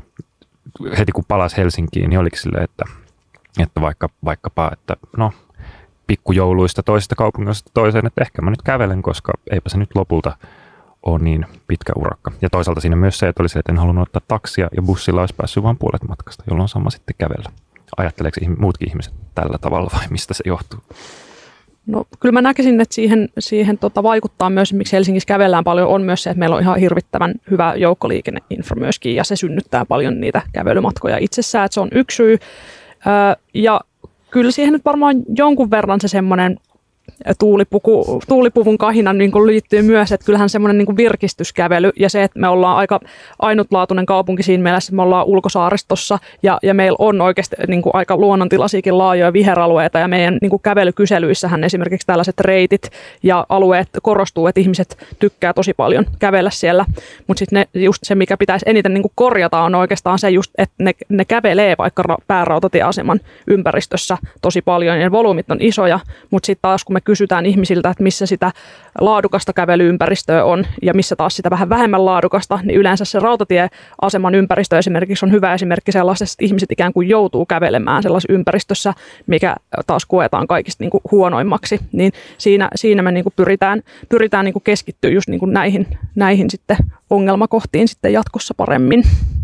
heti kun palasi Helsinkiin, niin oliko silleen, että, että vaikka, vaikkapa, että no pikkujouluista toisesta kaupungista toiseen, että ehkä mä nyt kävelen, koska eipä se nyt lopulta ole niin pitkä urakka. Ja toisaalta siinä myös se, että oli se, että en halunnut ottaa taksia ja bussilla olisi päässyt vain puolet matkasta, jolloin on sama sitten kävellä. Ajatteleeko muutkin ihmiset tällä tavalla vai mistä se johtuu? No kyllä mä näkisin, että siihen, siihen tota, vaikuttaa myös, miksi Helsingissä kävellään paljon, on myös se, että meillä on ihan hirvittävän hyvä joukkoliikenneinfra myöskin, ja se synnyttää paljon niitä kävelymatkoja itsessään, että se on yksi syy. Öö, ja kyllä siihen nyt varmaan jonkun verran se semmoinen tuulipuku, tuulipuvun kahina niin kuin liittyy myös, että kyllähän semmoinen niin kuin virkistyskävely ja se, että me ollaan aika ainutlaatuinen kaupunki siinä mielessä, että me ollaan ulkosaaristossa ja, ja meillä on oikeasti niin kuin aika luonnontilaisiakin laajoja viheralueita ja meidän niin kuin kävelykyselyissähän esimerkiksi tällaiset reitit ja alueet korostuu, että ihmiset tykkää tosi paljon kävellä siellä, mutta sitten just se, mikä pitäisi eniten niin kuin korjata on oikeastaan se just, että ne, ne kävelee vaikka päärautatieaseman ympäristössä tosi paljon ja ne volyymit on isoja, mutta sitten taas kun me kysytään ihmisiltä, että missä sitä laadukasta kävelyympäristöä on ja missä taas sitä vähän vähemmän laadukasta, niin yleensä se rautatieaseman ympäristö esimerkiksi on hyvä esimerkki sellaisesta, että ihmiset ikään kuin joutuu kävelemään sellaisessa ympäristössä, mikä taas koetaan kaikista niin kuin huonoimmaksi. Niin siinä, siinä me niin kuin pyritään, pyritään niin kuin keskittyä just niin kuin näihin, näihin sitten ongelmakohtiin sitten jatkossa paremmin.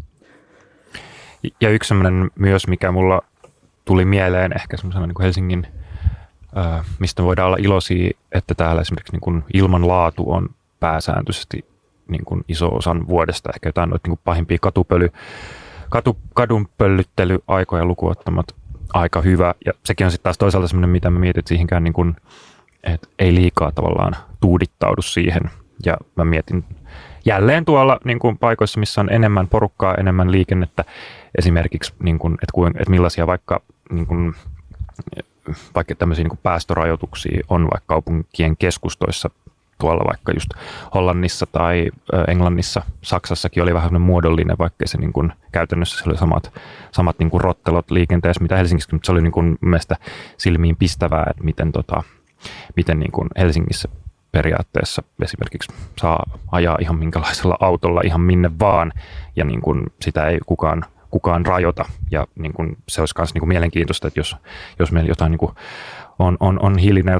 Ja yksi sellainen myös, mikä mulla tuli mieleen ehkä semmoisena niin kuin Helsingin mistä voidaan olla iloisia, että täällä esimerkiksi niin kuin ilmanlaatu on pääsääntöisesti niin kuin iso osan vuodesta, ehkä jotain noita niin kuin pahimpia katupöly, katu, kadunpöllyttelyaikoja lukuottamat aika hyvä. Ja sekin on sitten taas toisaalta semmoinen, mitä mä mietin, että siihenkään niin kuin, että ei liikaa tavallaan tuudittaudu siihen. Ja mä mietin jälleen tuolla niin kuin paikoissa, missä on enemmän porukkaa, enemmän liikennettä, esimerkiksi, niin kuin, että, kuin, että millaisia vaikka niin kuin, vaikka tämmöisiä niin kuin päästörajoituksia on vaikka kaupunkien keskustoissa, tuolla vaikka just Hollannissa tai Englannissa, Saksassakin oli vähän muodollinen, vaikka se niin kuin käytännössä se oli samat, samat niin kuin rottelot liikenteessä, mitä Helsingissä, mutta se oli niin kuin mielestäni silmiin pistävää, että miten, tota, miten niin kuin Helsingissä periaatteessa esimerkiksi saa ajaa ihan minkälaisella autolla ihan minne vaan, ja niin kuin sitä ei kukaan kukaan rajoita, ja niin kuin se olisi myös niin kuin mielenkiintoista, että jos, jos meillä jotain niin kuin on, on, on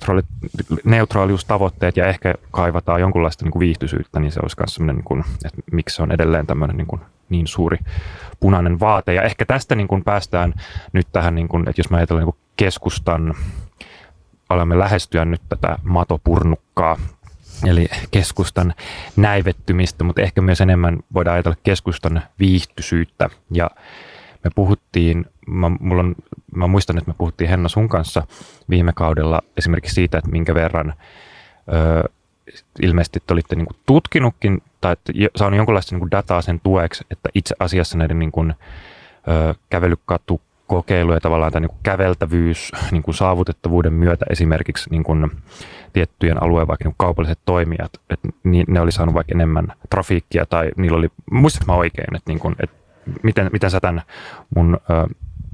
hiilineutraaliustavoitteet ja ehkä kaivataan jonkunlaista niin kuin viihtyisyyttä, niin se olisi myös sellainen, niin kuin, että miksi se on edelleen tämmöinen niin, kuin niin suuri punainen vaate. Ja ehkä tästä niin kuin päästään nyt tähän, niin kuin, että jos mä ajatellaan niin kuin keskustan, alamme lähestyä nyt tätä matopurnukkaa, eli keskustan näivettymistä, mutta ehkä myös enemmän voidaan ajatella keskustan viihtyisyyttä. Ja me puhuttiin, mä, mulla on, mä muistan, että me puhuttiin Henna sun kanssa viime kaudella esimerkiksi siitä, että minkä verran ö, ilmeisesti te olitte niin kuin tutkinutkin tai että saanut jonkinlaista niin kuin dataa sen tueksi, että itse asiassa näiden niin kuin, ö, kävelykatu kokeiluja tavallaan tämän niin kuin käveltävyys, niin kuin saavutettavuuden myötä esimerkiksi niin kuin tiettyjen alueen vaikka niin kuin kaupalliset toimijat, että ne oli saanut vaikka enemmän trafiikkia tai niillä oli, muistatko mä oikein, että, niin kuin, että miten, miten sä tämän mun ö,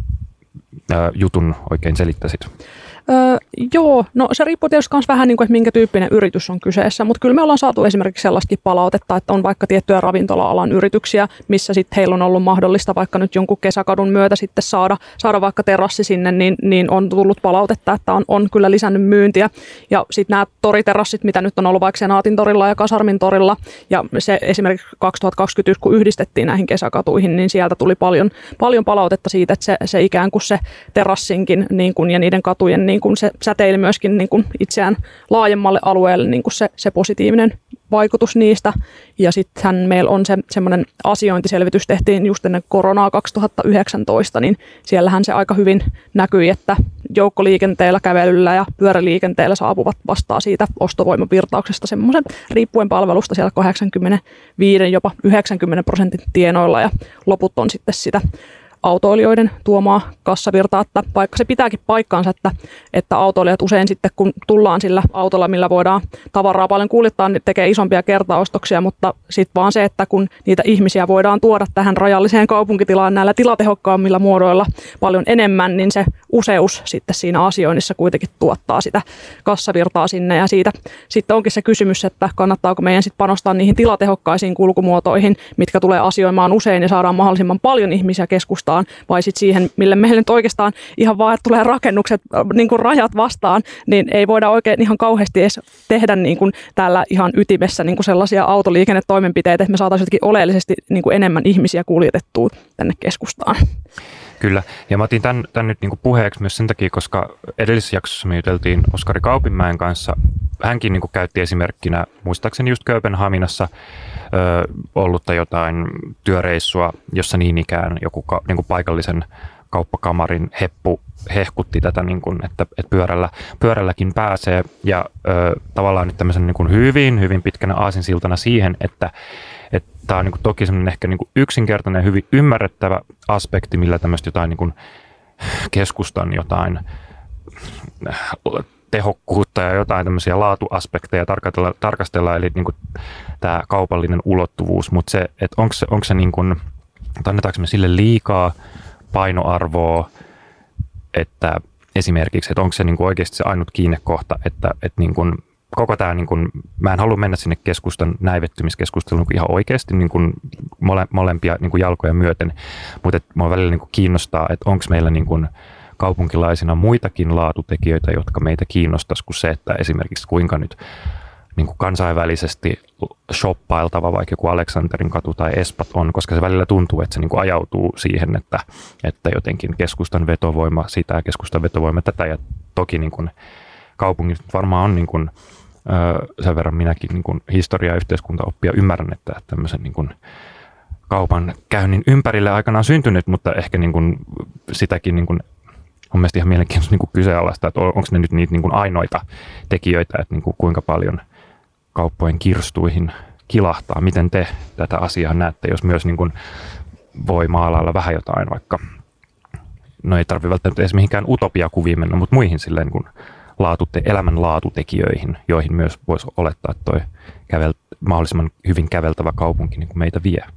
ö, jutun oikein selittäisit? Öö, joo, no se riippuu tietysti myös vähän niin kuin, että minkä tyyppinen yritys on kyseessä, mutta kyllä me ollaan saatu esimerkiksi sellaistakin palautetta, että on vaikka tiettyjä ravintola-alan yrityksiä, missä sitten heillä on ollut mahdollista vaikka nyt jonkun kesäkadun myötä sitten saada, saada vaikka terassi sinne, niin, niin on tullut palautetta, että on, on kyllä lisännyt myyntiä. Ja sitten nämä toriterassit, mitä nyt on ollut vaikka Senaatin torilla ja Kasarmin torilla, ja se esimerkiksi kaksituhattakaksikymmentäyksi, kun yhdistettiin näihin kesäkatuihin, niin sieltä tuli paljon, paljon palautetta siitä, että se, se ikään kuin se terassinkin niin kuin, ja niiden katujen niin kun se säteili myöskin niin kun itseään laajemmalle alueelle niin kun se, se positiivinen vaikutus niistä. Ja sittenhän meillä on se semmoinen asiointiselvitys, tehtiin just ennen koronaa kaksituhattayhdeksäntoista, niin siellähän se aika hyvin näkyi, että joukkoliikenteellä, kävelyllä ja pyöräliikenteellä saapuvat vastaa siitä ostovoimavirtauksesta semmoisen riippuen palvelusta siellä kahdeksankymmentäviisi jopa yhdeksänkymmentä prosentin tienoilla ja loput on sitten sitä autoilijoiden tuomaa kassavirtaa, että vaikka se pitääkin paikkaansa, että, että autoilijat usein sitten kun tullaan sillä autolla, millä voidaan tavaraa paljon kuljettaa, niin tekee isompia kertaostoksia, mutta sitten vaan se, että kun niitä ihmisiä voidaan tuoda tähän rajalliseen kaupunkitilaan näillä tilatehokkaammilla muodoilla paljon enemmän, niin se useus sitten siinä asioinnissa kuitenkin tuottaa sitä kassavirtaa sinne ja siitä sitten onkin se kysymys, että kannattaako meidän sitten panostaa niihin tilatehokkaisiin kulkumuotoihin, mitkä tulee asioimaan usein ja saadaan mahdollisimman paljon ihmisiä keskustaan suuntaan, vai sitten siihen, mille meillä nyt oikeastaan ihan vaan, että tulee rakennukset, niin kuin rajat vastaan, niin ei voida oikein ihan kauheasti edes tehdä niin kuin täällä ihan ytimessä niin kuin sellaisia autoliikennetoimenpiteitä, että me saataisiin jotenkin oleellisesti niin kuin enemmän ihmisiä kuljetettua tänne keskustaan. Kyllä, ja mä otin tämän, tämän nyt niin kuin puheeksi myös sen takia, koska edellisessä jaksossa me juteltiin Oskari Kaupinmäen kanssa. Hänkin niin kuin käytti esimerkkinä, muistaakseni just Kööpenhaminassa ö, ollutta jotain työreissua, jossa niin ikään joku ka, niin kuin paikallisen kauppakamarin heppu hehkutti tätä, niin kuin, että, että pyörällä, pyörälläkin pääsee. Ja ö, tavallaan nyt tämmöisen niin kuin hyvin, hyvin pitkänä aasinsiltana siihen, että tämä on niin kuin toki semmoinen ehkä niin kuin yksinkertainen, hyvin ymmärrettävä aspekti, millä tämmöistä jotain niin kuin keskustan jotain tehokkuutta ja jotain tämmöisiä laatuaspekteja tarkastella, tarkastella eli niin kuin tämä kaupallinen ulottuvuus, mutta se, että onko se, onko se niin kuin, annetaanko me sille liikaa painoarvoa, että esimerkiksi, että onko se niin kuin oikeasti se ainut kiinnekohta, että, että niin kuin koko tämä, niin kuin, mä en halua mennä sinne keskustan näivettymiskeskusteluun ihan oikeasti niin kuin mole, molempia niin kuin jalkoja myöten, mutta että mua välillä niin kuin kiinnostaa, että onko meillä niin kuin kaupunkilaisina muitakin laatutekijöitä, jotka meitä kiinnostaisi kuin se, että esimerkiksi kuinka nyt niin kuin kansainvälisesti shoppailtava vaikka joku Aleksanterin katu tai Espat on, koska se välillä tuntuu, että se niin kuin ajautuu siihen, että, että jotenkin keskustan vetovoima sitä ja keskustan vetovoima tätä ja toki niin kuin kaupungit varmaan on niin kuin, sen verran minäkin niin kuin historia- ja yhteiskuntaoppia ymmärrän, että tämmöisen niin kuin kaupan käynnin ympärille aikanaan syntynyt, mutta ehkä niin kuin sitäkin niin kuin on mielestäni ihan mielenkiintoista niin kuin kyseenalaista, että onko ne nyt niitä niin kuin ainoita tekijöitä, että niin kuin kuinka paljon kauppojen kirstuihin kilahtaa. Miten te tätä asiaa näette, jos myös niin kuin voi maalailla vähän jotain, vaikka no ei tarvitse välttämättä edes mihinkään utopiakuviin mennä, mutta muihin silleen niin kuin laatute, elämän laatutekijöihin, joihin myös voisi olettaa, että toi kävel, mahdollisimman hyvin käveltävä kaupunki niin kuin meitä vie.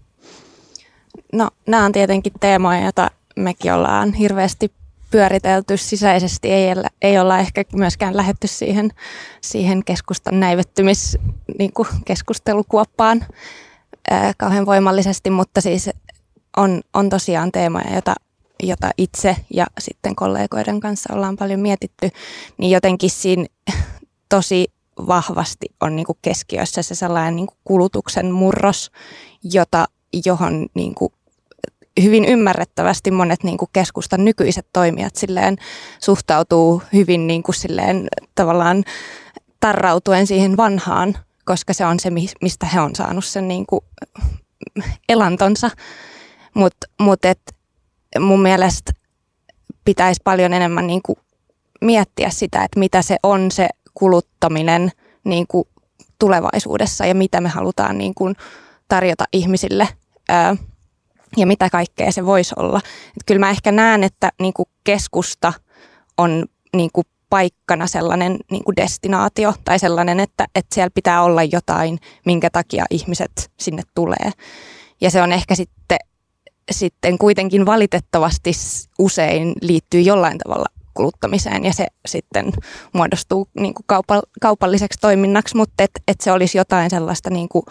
No, nämä on tietenkin teemoja, joita mekin ollaan hirveästi pyöritelty sisäisesti. Ei, ei olla ehkä myöskään lähdetty siihen, siihen keskustan näivettymis niin kuin keskustelukuoppaan ää, kauhean voimallisesti, mutta siis on, on tosiaan teemoja, joita jota itse ja sitten kollegoiden kanssa ollaan paljon mietitty, niin jotenkin siinä tosi vahvasti on niin kuin keskiössä se sellainen niin kuin kulutuksen murros, jota, johon niin kuin hyvin ymmärrettävästi monet niin kuin keskustan nykyiset toimijat silleen suhtautuu hyvin niin kuin silleen tavallaan tarrautuen siihen vanhaan, koska se on se, mistä he on saanut sen niin kuin elantonsa, mutta mut et mun mielestä pitäisi paljon enemmän niin kuin miettiä sitä, että mitä se on se kuluttaminen niin kuin tulevaisuudessa ja mitä me halutaan niin kuin tarjota ihmisille ää, ja mitä kaikkea se voisi olla. Et kyllä mä ehkä näen, että niin kuin keskusta on niin kuin paikkana sellainen niin kuin destinaatio tai sellainen, että, että siellä pitää olla jotain, minkä takia ihmiset sinne tulee. Ja se on ehkä sitten sitten kuitenkin valitettavasti usein liittyy jollain tavalla kuluttamiseen ja se sitten muodostuu niin kuin kaupa, kaupalliseksi toiminnaksi, mutta et, et se olisi jotain sellaista niin kuin,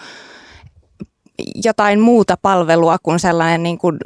jotain muuta palvelua kuin sellainen niin kuin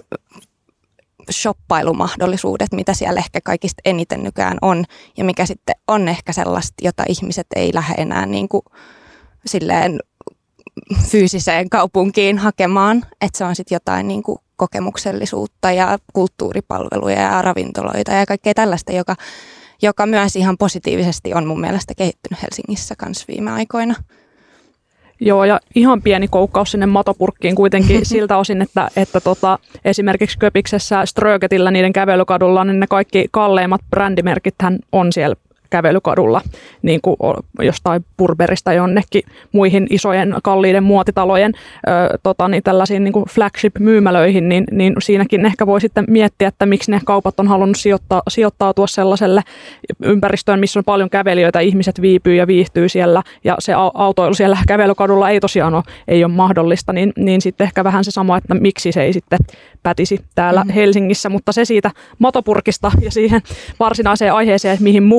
shoppailumahdollisuudet, mitä siellä ehkä kaikista eniten nykyään on ja mikä sitten on ehkä sellaista, jota ihmiset ei lähde enää niin kuin silleen fyysiseen kaupunkiin hakemaan, että se on sitten jotain niin kuin kokemuksellisuutta ja kulttuuripalveluja ja ravintoloita ja kaikkea tällaista, joka, joka myös ihan positiivisesti on mun mielestä kehittynyt Helsingissä kanssa viime aikoina. Joo, ja ihan pieni koukkaus sinne matopurkkiin kuitenkin siltä osin, että, että tota, esimerkiksi Köpiksessä Strögetillä niiden kävelykadulla, niin ne kaikki kalleimmat brändimerkithän on siellä kävelykadulla, niin kuin jostain Burberrystä jonnekin muihin isojen kalliiden muotitalojen ö, tota, niin tällaisiin niin kuin flagship-myymälöihin, niin, niin siinäkin ehkä voi sitten miettiä, että miksi ne kaupat on halunnut sijoittaa, sijoittautua sellaiselle ympäristöön, missä on paljon kävelijöitä, ihmiset viipyy ja viihtyy siellä, ja se autoilu siellä kävelykadulla ei tosiaan ole, ei ole mahdollista, niin, niin sitten ehkä vähän se sama, että miksi se ei sitten pätisi täällä mm. Helsingissä, mutta se siitä matopurkista ja siihen varsinaiseen aiheeseen, että mihin muuhun tavallaan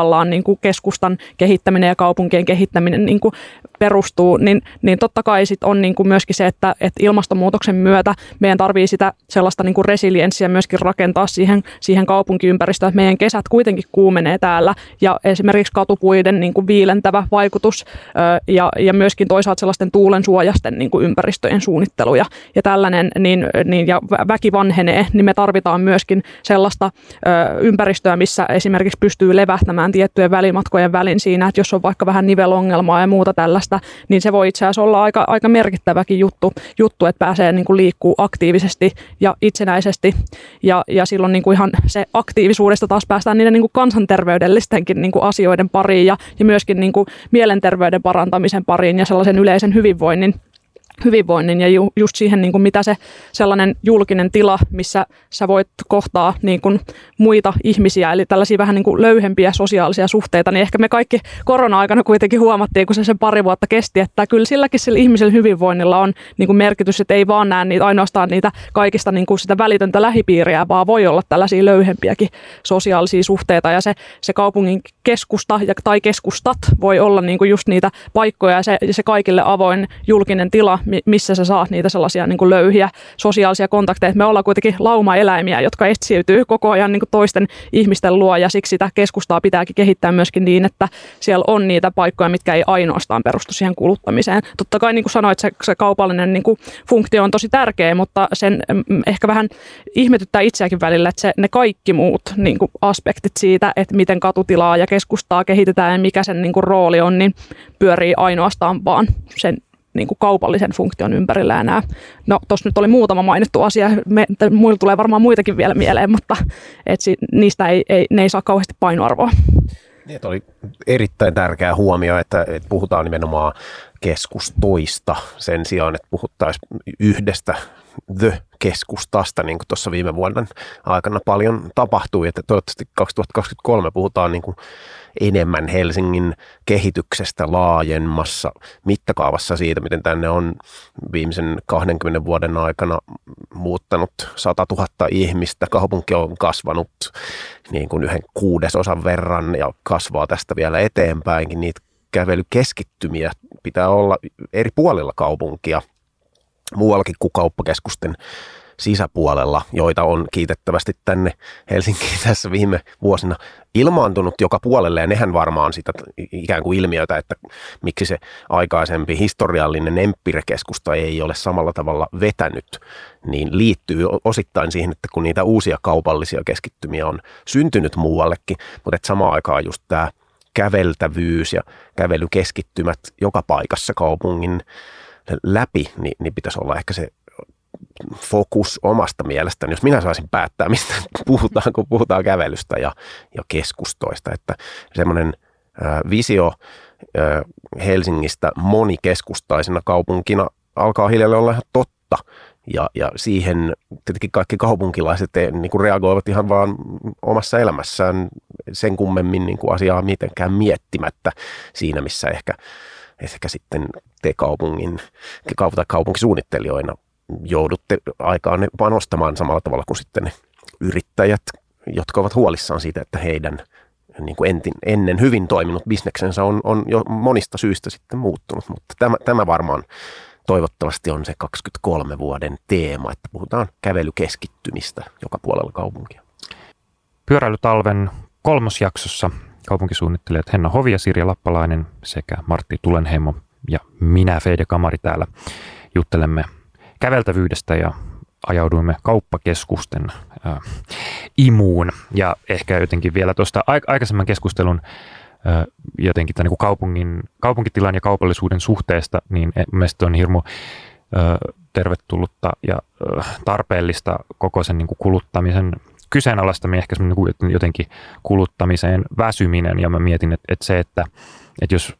tavallaan niin kuin keskustan kehittäminen ja kaupunkien kehittäminen niin kuin perustuu, niin, niin totta kai sit on niin kuin myöskin se, että, että ilmastonmuutoksen myötä meidän tarvii sitä sellaista niin kuin resilienssiä myöskin rakentaa siihen, siihen kaupunkiympäristöön, että meidän kesät kuitenkin kuumenee täällä ja esimerkiksi katupuiden niin kuin viilentävä vaikutus ja, ja myöskin toisaalta sellaisten tuulensuojasten niin kuin ympäristöjen suunnittelu ja, ja tällainen, niin, niin, ja väki vanhenee, niin me tarvitaan myöskin sellaista ö, ympäristöä, missä esimerkiksi pystyy levähtämään tiettyjen välimatkojen välin siinä, että jos on vaikka vähän nivelongelmaa ja muuta tällaista, niin se voi itse asiassa olla aika, aika merkittäväkin juttu, juttu että pääsee niin kuin liikkuu aktiivisesti ja itsenäisesti ja, ja silloin niin kuin ihan se aktiivisuudesta taas päästään niiden niin kuin kansanterveydellistenkin niin kuin asioiden pariin ja, ja myöskin niin kuin mielenterveyden parantamisen pariin ja sellaisen yleisen hyvinvoinnin hyvinvoinnin ja ju, just siihen, niin kuin mitä se sellainen julkinen tila, missä sä voit kohtaa niin kuin muita ihmisiä, eli tällaisia vähän niin kuin löyhempiä sosiaalisia suhteita, niin ehkä me kaikki korona-aikana kuitenkin huomattiin, kun se sen pari vuotta kesti, että kyllä silläkin sillä ihmisellä hyvinvoinnilla on niin kuin merkitys, että ei vaan näe niitä, ainoastaan niitä kaikista niin kuin sitä välitöntä lähipiiriä, vaan voi olla tällaisia löyhempiäkin sosiaalisia suhteita, ja se, se kaupungin keskusta ja, tai keskustat voi olla niin kuin just niitä paikkoja, ja se, ja se kaikille avoin julkinen tila, missä sä saat niitä sellaisia niin kuin löyhiä sosiaalisia kontakteja. Me ollaan kuitenkin laumaeläimiä, jotka etsiytyy koko ajan niin kuin toisten ihmisten luo, ja siksi sitä keskustaa pitääkin kehittää myöskin niin, että siellä on niitä paikkoja, mitkä ei ainoastaan perustu siihen kuluttamiseen. Totta kai niin kuin sanoit, se, se kaupallinen niin kuin funktio on tosi tärkeä, mutta sen ehkä vähän ihmetyttää itseäkin välillä, että se, ne kaikki muut niin kuin aspektit siitä, että miten katutilaa ja keskustaa kehitetään ja mikä sen niin kuin rooli on, niin pyörii ainoastaan vaan sen niin kuin kaupallisen funktion ympärillä enää. No, tuossa nyt oli muutama mainittu asia, me, muilla tulee varmaan muitakin vielä mieleen, mutta et si, niistä ei, ei, ne ei saa kauheasti painoarvoa. Niin, oli erittäin tärkeä huomio, että, että puhutaan nimenomaan keskustoista sen sijaan, että puhuttaisiin yhdestä the-keskustasta, niin kuin tuossa viime vuoden aikana paljon tapahtui, että toivottavasti kaksituhattakaksikymmentäkolme puhutaan niin kuin enemmän Helsingin kehityksestä laajemmassa mittakaavassa siitä, miten tänne on viimeisen kahdenkymmenen vuoden aikana muuttanut satatuhatta ihmistä. Kaupunki on kasvanut niin kuin yhden kuudesosan verran ja kasvaa tästä vielä eteenpäinkin. Niitä kävelykeskittymiä pitää olla eri puolilla kaupunkia, muuallakin kuin kauppakeskusten sisäpuolella, joita on kiitettävästi tänne Helsinkiin tässä viime vuosina ilmaantunut joka puolelle, ja nehän varmaan sitä ikään kuin ilmiötä, että miksi se aikaisempi historiallinen Empire-keskusta ei ole samalla tavalla vetänyt, niin liittyy osittain siihen, että kun niitä uusia kaupallisia keskittymiä on syntynyt muuallekin, mutta että samaan aikaan just tämä käveltävyys ja kävelykeskittymät joka paikassa kaupungin läpi, niin, niin pitäisi olla ehkä se fokus omasta mielestäni, jos minä saisin päättää, mistä puhutaan, kun puhutaan kävelystä ja, ja keskustoista. Että semmoinen äh, visio äh, Helsingistä monikeskustaisena kaupunkina alkaa hiljalleen olla ihan totta. Ja, ja siihen tietenkin kaikki kaupunkilaiset niin kuin reagoivat ihan vaan omassa elämässään sen kummemmin niin kuin asiaa mitenkään miettimättä siinä, missä ehkä, ehkä sitten te kaupungin tai kaupunkisuunnittelijoina joudutte aikaan panostamaan samalla tavalla kuin sitten ne yrittäjät, jotka ovat huolissaan siitä, että heidän niin kuin entin, ennen hyvin toiminut bisneksensä on, on jo monista syistä sitten muuttunut. Mutta tämä, tämä varmaan toivottavasti on se kaksikymmentäkolme vuoden teema, että puhutaan kävelykeskittymistä joka puolella kaupunkia. Pyöräilytalven kolmosjaksossa kaupunkisuunnittelijat Henna Hovi ja Sirja Lappalainen sekä Martti Tulenheimo ja minä Fede Kamari täällä juttelemme käveltävyydestä ja ajauduimme kauppakeskusten äh, imuun. Ja ehkä jotenkin vielä tuosta aikaisemman keskustelun äh, jotenkin tämän niin kuin kaupungin, kaupunkitilan ja kaupallisuuden suhteesta, niin mielestäni on hirmu äh, tervetullutta ja äh, tarpeellista koko sen niin kuin kuluttamisen kyseenalaistaminen, ehkä niin kuin jotenkin kuluttamiseen väsyminen. Ja mä mietin, että, että se, että, että jos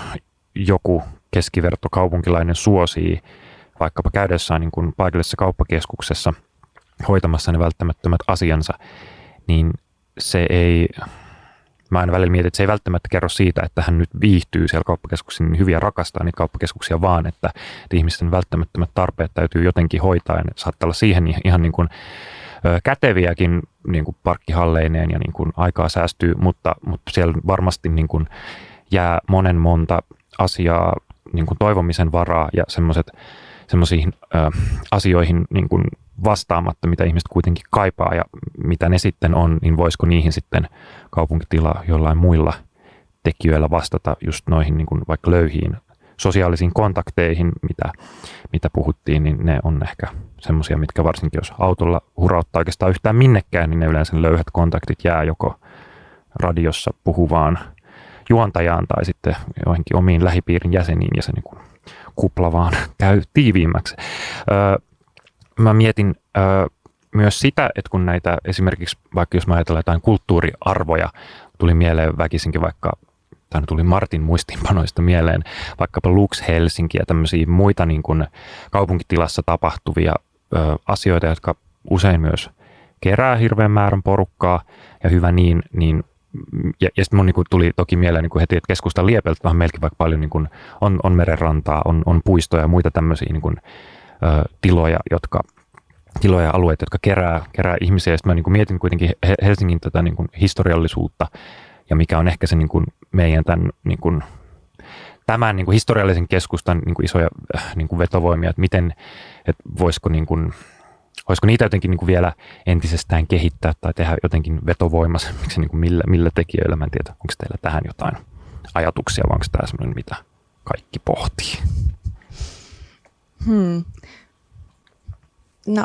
joku keskiverto kaupunkilainen suosii vaikkapa käydessään niin kuin paikallisessa kauppakeskuksessa hoitamassa ne välttämättömät asiansa, niin se ei, mä aina välillä mietin, että se ei välttämättä kerro siitä, että hän nyt viihtyy siellä kauppakeskuksessa niin hyvin ja rakastaa niitä kauppakeskuksia, vaan että, että ihmisten välttämättömät tarpeet täytyy jotenkin hoitaa, ja ne saattaa olla siihen ihan niin kuin käteviäkin niin kuin parkkihalleineen ja niin kuin aikaa säästyy, mutta, mutta siellä varmasti niin kuin jää monen monta asiaa niin kuin toivomisen varaa ja semmoiset semmoisiin asioihin niin kuin vastaamatta, mitä ihmiset kuitenkin kaipaa ja mitä ne sitten on, niin voisiko niihin sitten kaupunkitila jollain muilla tekijöillä vastata just noihin niin kuin vaikka löyhiin sosiaalisiin kontakteihin, mitä, mitä puhuttiin, niin ne on ehkä semmoisia, mitkä varsinkin jos autolla hurauttaa oikeastaan yhtään minnekään, niin ne yleensä löyhät kontaktit jää joko radiossa puhuvaan juontajaan tai sitten joihinkin omiin lähipiirin jäseniin ja se niin kuin kupla vaan käy tiiviimmäksi. Öö, mä mietin öö, myös sitä, että kun näitä esimerkiksi vaikka jos mä ajatellaan jotain kulttuuriarvoja, tuli mieleen väkisinkin vaikka tai tuli Martin muistiinpanoista mieleen vaikkapa Lux Helsinki ja tämmöisiä muita niin kuin kaupunkitilassa tapahtuvia ö, asioita, jotka usein myös kerää hirveän määrän porukkaa ja hyvä niin, niin ja, ja sitten mun niin kuin tuli toki mieleen niin kuin heti, että keskustan Liepeltä vähän meilläkin vaikka paljon niin kuin on, on merenrantaa, on, on puistoja ja muita tämmöisiä niin kuin, ö, tiloja, jotka tiloja ja alueita, jotka kerää, kerää ihmisiä. Ja sitten mä niin kuin mietin kuitenkin Helsingin tätä niin kuin historiallisuutta ja mikä on ehkä se niin kuin meidän tämän, niin kuin, tämän niin kuin historiallisen keskustan niin kuin isoja niin kuin vetovoimia, että miten, että voisiko, niin kuin, voisiko niitä jotenkin niin kuin vielä entisestään kehittää tai tehdä jotenkin vetovoimaisemmaksi, niin kuin millä, millä tekijöillä, mä en tiedä, onko teillä tähän jotain ajatuksia vai onko tämä sellainen, mitä kaikki pohtii? Hmm. No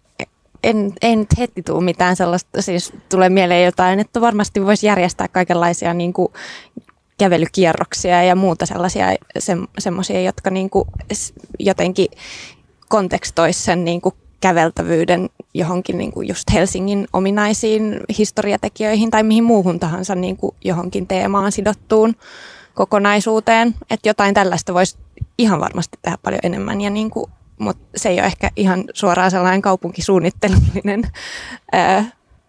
En, ei nyt heti tule mitään sellaista, siis tulee mieleen jotain, että varmasti voisi järjestää kaikenlaisia niin kuin kävelykierroksia ja muuta sellaisia se, semmoisia, jotka niin kuin jotenkin kontekstoisi sen niin kuin käveltävyyden johonkin niin kuin just Helsingin ominaisiin historiatekijöihin tai mihin muuhun tahansa niin kuin johonkin teemaan sidottuun kokonaisuuteen. Että jotain tällaista voisi ihan varmasti tehdä paljon enemmän ja niin kuin mutta se ei ole ehkä ihan suoraan sellainen kaupunkisuunnittelullinen ää,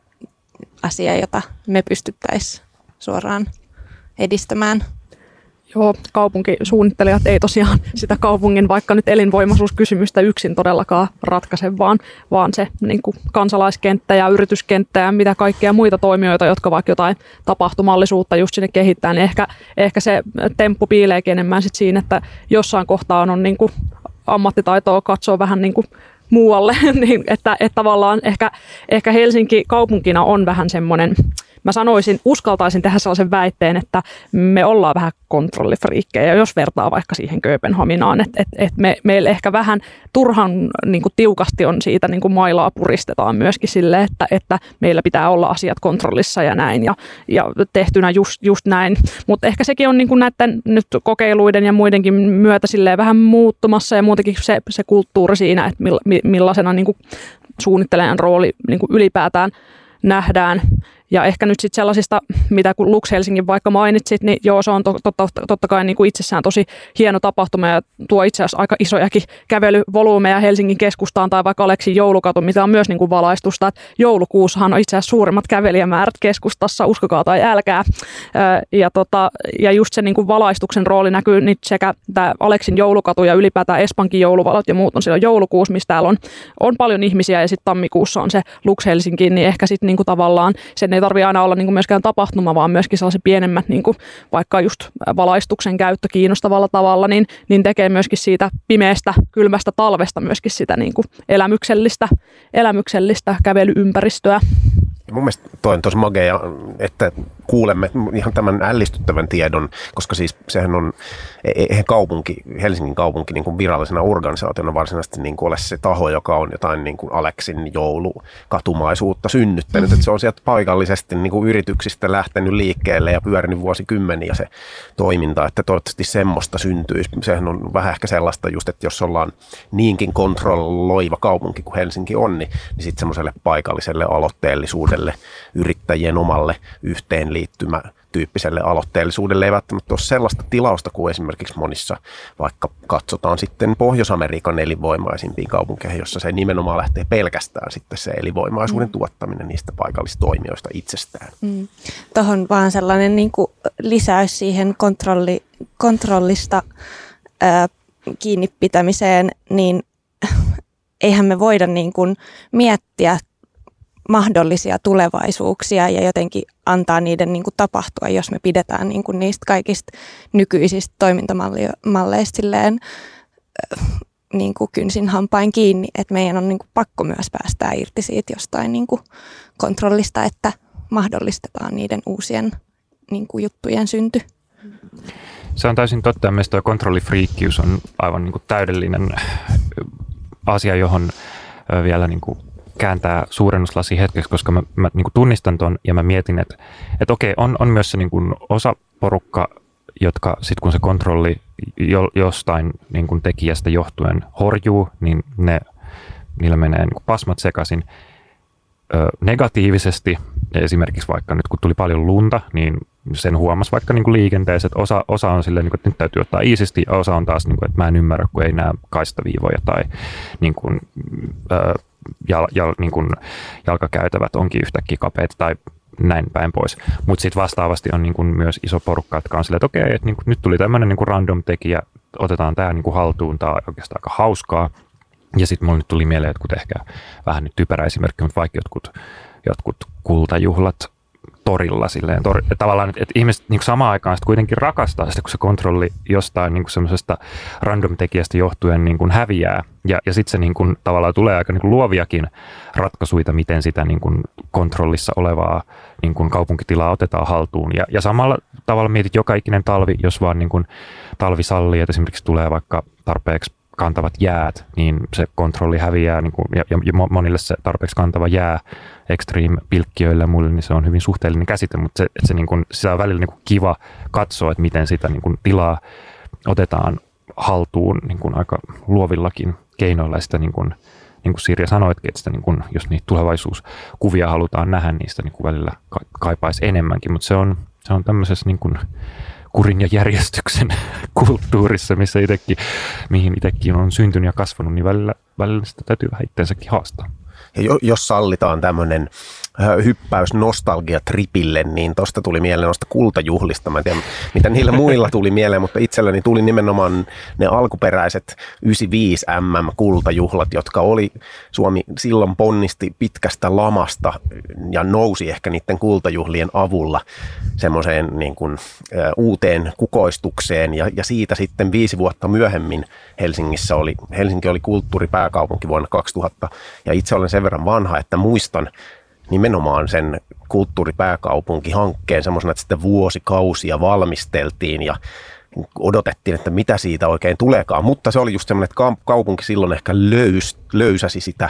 asia, jota me pystyttäisiin suoraan edistämään. Joo, kaupunkisuunnittelijat ei tosiaan sitä kaupungin vaikka nyt elinvoimaisuuskysymystä yksin todellakaan ratkaise, vaan, vaan se niin kuin kansalaiskenttä ja yrityskenttä ja mitä kaikkia muita toimijoita, jotka vaikka jotain tapahtumallisuutta just sinne kehittää, niin ehkä, ehkä se temppu piileekin enemmän sit siinä, että jossain kohtaa on niin kuin ammattitaitoa katsoa vähän niin kuin muualle, niin että, että tavallaan ehkä, ehkä Helsinki kaupunkina on vähän semmoinen, mä sanoisin, uskaltaisin tehdä sellaisen väitteen, että me ollaan vähän kontrollifriikkejä, jos vertaa vaikka siihen Kööpenhaminaan, että et, et me, meillä ehkä vähän turhan niin kuin tiukasti on siitä niin kuin mailaa puristetaan myöskin sille, että, että meillä pitää olla asiat kontrollissa ja näin ja, ja tehtynä just, just näin, mutta ehkä sekin on niin kuin näiden nyt kokeiluiden ja muidenkin myötä silleen vähän muuttumassa ja muutenkin se, se kulttuuri siinä, että millaisena niin kuin suunnittelijan rooli niin kuin ylipäätään nähdään. Ja ehkä nyt sitten sellaisista, mitä kun Lux Helsingin vaikka mainitsit, niin joo, se on to, totta, totta kai niin kuin itsessään tosi hieno tapahtuma ja tuo itse asiassa aika isojakin kävelyvolyymeja Helsingin keskustaan tai vaikka Aleksin joulukatu, mitä on myös niin kuin valaistusta. Että joulukuussahan on itse asiassa suurimmat kävelijämäärät keskustassa, uskokaa tai älkää. Ja, tota, ja just se niin kuin valaistuksen rooli näkyy nyt sekä tämä Aleksin joulukatu ja ylipäätään Espankin jouluvalot ja muut on silloin joulukuussa, missä täällä on, on paljon ihmisiä ja sitten tammikuussa on se Lux Helsinki, niin ehkä sitten niin kuin tavallaan sen ei tarvitse aina olla niin kuin myöskään tapahtuma, vaan myöskin sellaiset pienemmät, niin kuin vaikka just valaistuksen käyttö kiinnostavalla tavalla, niin, niin tekee myöskin siitä pimeästä, kylmästä talvesta myöskin sitä niin kuin elämyksellistä, elämyksellistä kävelyympäristöä. Ja mun mielestä toi on tosi magea, että kuulemme ihan tämän ällistyttävän tiedon, koska siis sehän on, eihän kaupunki, Helsingin kaupunki niin kuin virallisena organisaationa varsinaisesti niin kuin ole se taho, joka on jotain niin kuin Aleksin joulukatumaisuutta synnyttänyt. Mm-hmm. Että se on sieltä paikallisesti niin kuin yrityksistä lähtenyt liikkeelle ja pyörinyt vuosikymmeniä se toiminta, että toivottavasti semmoista syntyisi. Sehän on vähän ehkä sellaista just, että jos ollaan niinkin kontrolloiva kaupunki kuin Helsinki on, niin, niin sitten semmoiselle paikalliselle aloitteellisuudelle, yrittäjien omalle yhteen liittymä tyyppiselle aloitteellisuudelle ei välttämättä ole sellaista tilausta kuin esimerkiksi monissa, vaikka katsotaan sitten Pohjois-Amerikan elinvoimaisimpiin kaupunkeihin, jossa se nimenomaan lähtee pelkästään sitten se elinvoimaisuuden mm. tuottaminen niistä paikallistoimijoista itsestään. Mm. Tuohon vaan sellainen niin kuin lisäys siihen kontrolli, kontrollista ää, kiinni pitämiseen, niin eihän me voida niin kuin miettiä mahdollisia tulevaisuuksia ja jotenkin antaa niiden niin kuin tapahtua, jos me pidetään niin kuin niistä kaikista nykyisistä toimintamalleista silleen, niin kuin kynsin hampain kiinni, että meidän on niin kuin pakko myös päästää irti siitä jostain niin kuin kontrollista, että mahdollistetaan niiden uusien niin kuin juttujen synty. Se on täysin totta, ja mielestäni tuo kontrollifriikkiys on aivan niin kuin täydellinen asia, johon vielä niin kuin kääntää suurennuslasi hetkeksi, koska mä, mä niin kuin tunnistan ton ja mä mietin, että, että okei, on, on myös se niin kuin osa porukka, jotka sitten kun se kontrolli jo, jostain niin kuin tekijästä johtuen horjuu, niin ne, niillä menee niin kuin pasmat sekaisin ö, negatiivisesti. Ja esimerkiksi vaikka nyt kun tuli paljon lunta, niin sen huomasi vaikka niin kuin liikenteessä, että osa, osa on silleen, että nyt täytyy ottaa iisisti, ja osa on taas, niin kuin, että mä en ymmärrä, kun ei näe kaistaviivoja tai niin kuin, ö, jal, jal, niin kuin jalkakäytävät onkin yhtäkkiä kapeita tai näin päin pois. Mutta sitten vastaavasti on niin kuin myös iso porukka, jotka on silleen, että okei, että niin kuin, nyt tuli tämmöinen niin kuin random tekijä, otetaan tämä niin kuin haltuun, tämä on oikeastaan aika hauskaa. Ja sitten mulle nyt tuli mieleen jotkut ehkä vähän nyt typerä esimerkki, mutta vaikka jotkut, jotkut kultajuhlat torilla silleen, tor, tavallaan, että, että ihmiset niin kuin samaan aikaan sitten kuitenkin rakastaa sitä, kun se kontrolli jostain niin kuin semmoisesta random-tekijästä johtuen niin kuin häviää. Ja, ja sitten se niin kuin, tavallaan tulee aika niin kuin luoviakin ratkaisuja, miten sitä niin kuin kontrollissa olevaa niin kuin kaupunkitilaa otetaan haltuun. Ja, ja samalla tavalla mietit joka ikinen talvi, jos vaan niin kuin talvi sallii, että esimerkiksi tulee vaikka tarpeeksi kantavat jäät, niin se kontrolli häviää, niin kuin, ja, ja monille se tarpeeksi kantava jää extreme-pilkkiöille ja muille, niin se on hyvin suhteellinen käsite, mutta se, että se, niin kuin, sitä on välillä niin kuin kiva katsoa, että miten sitä niin kuin tilaa otetaan haltuun niin kuin aika luovillakin keinoilla, ja sitä niin kuin, niin kuin Sirja sanoitkin, että sitä, niin kuin, jos niitä tulevaisuuskuvia halutaan nähdä, niin sitä niin kuin välillä kaipaisi enemmänkin, mutta se on, se on tämmöisessä niin kuin kurin ja järjestyksen kulttuurissa, missä itekin, mihin itsekin on syntynyt ja kasvanut, niin välillä, välillä sitä täytyy vähän itteensäkin haastaa. Ja jos sallitaan tämmöinen hyppäys nostalgiatripille, niin tuosta tuli mieleen noista kultajuhlista. Mä en tiedä, mitä niillä muilla tuli mieleen, mutta itselläni tuli nimenomaan ne alkuperäiset yhdeksänkymmentäviisi M M-kultajuhlat, jotka oli, Suomi silloin ponnisti pitkästä lamasta ja nousi ehkä niiden kultajuhlien avulla semmoiseen niin kuin, uuteen kukoistukseen. Ja, ja siitä sitten viisi vuotta myöhemmin Helsingissä oli, Helsinki oli kulttuuripääkaupunki vuonna kaksituhatta, ja itse olen sen verran vanha, että muistan nimenomaan sen kulttuuripääkaupunkihankkeen semmoisena, että sitten vuosikausia valmisteltiin ja odotettiin, että mitä siitä oikein tuleekaan. Mutta se oli just semmoinen, että kaupunki silloin ehkä löys, löysäsi sitä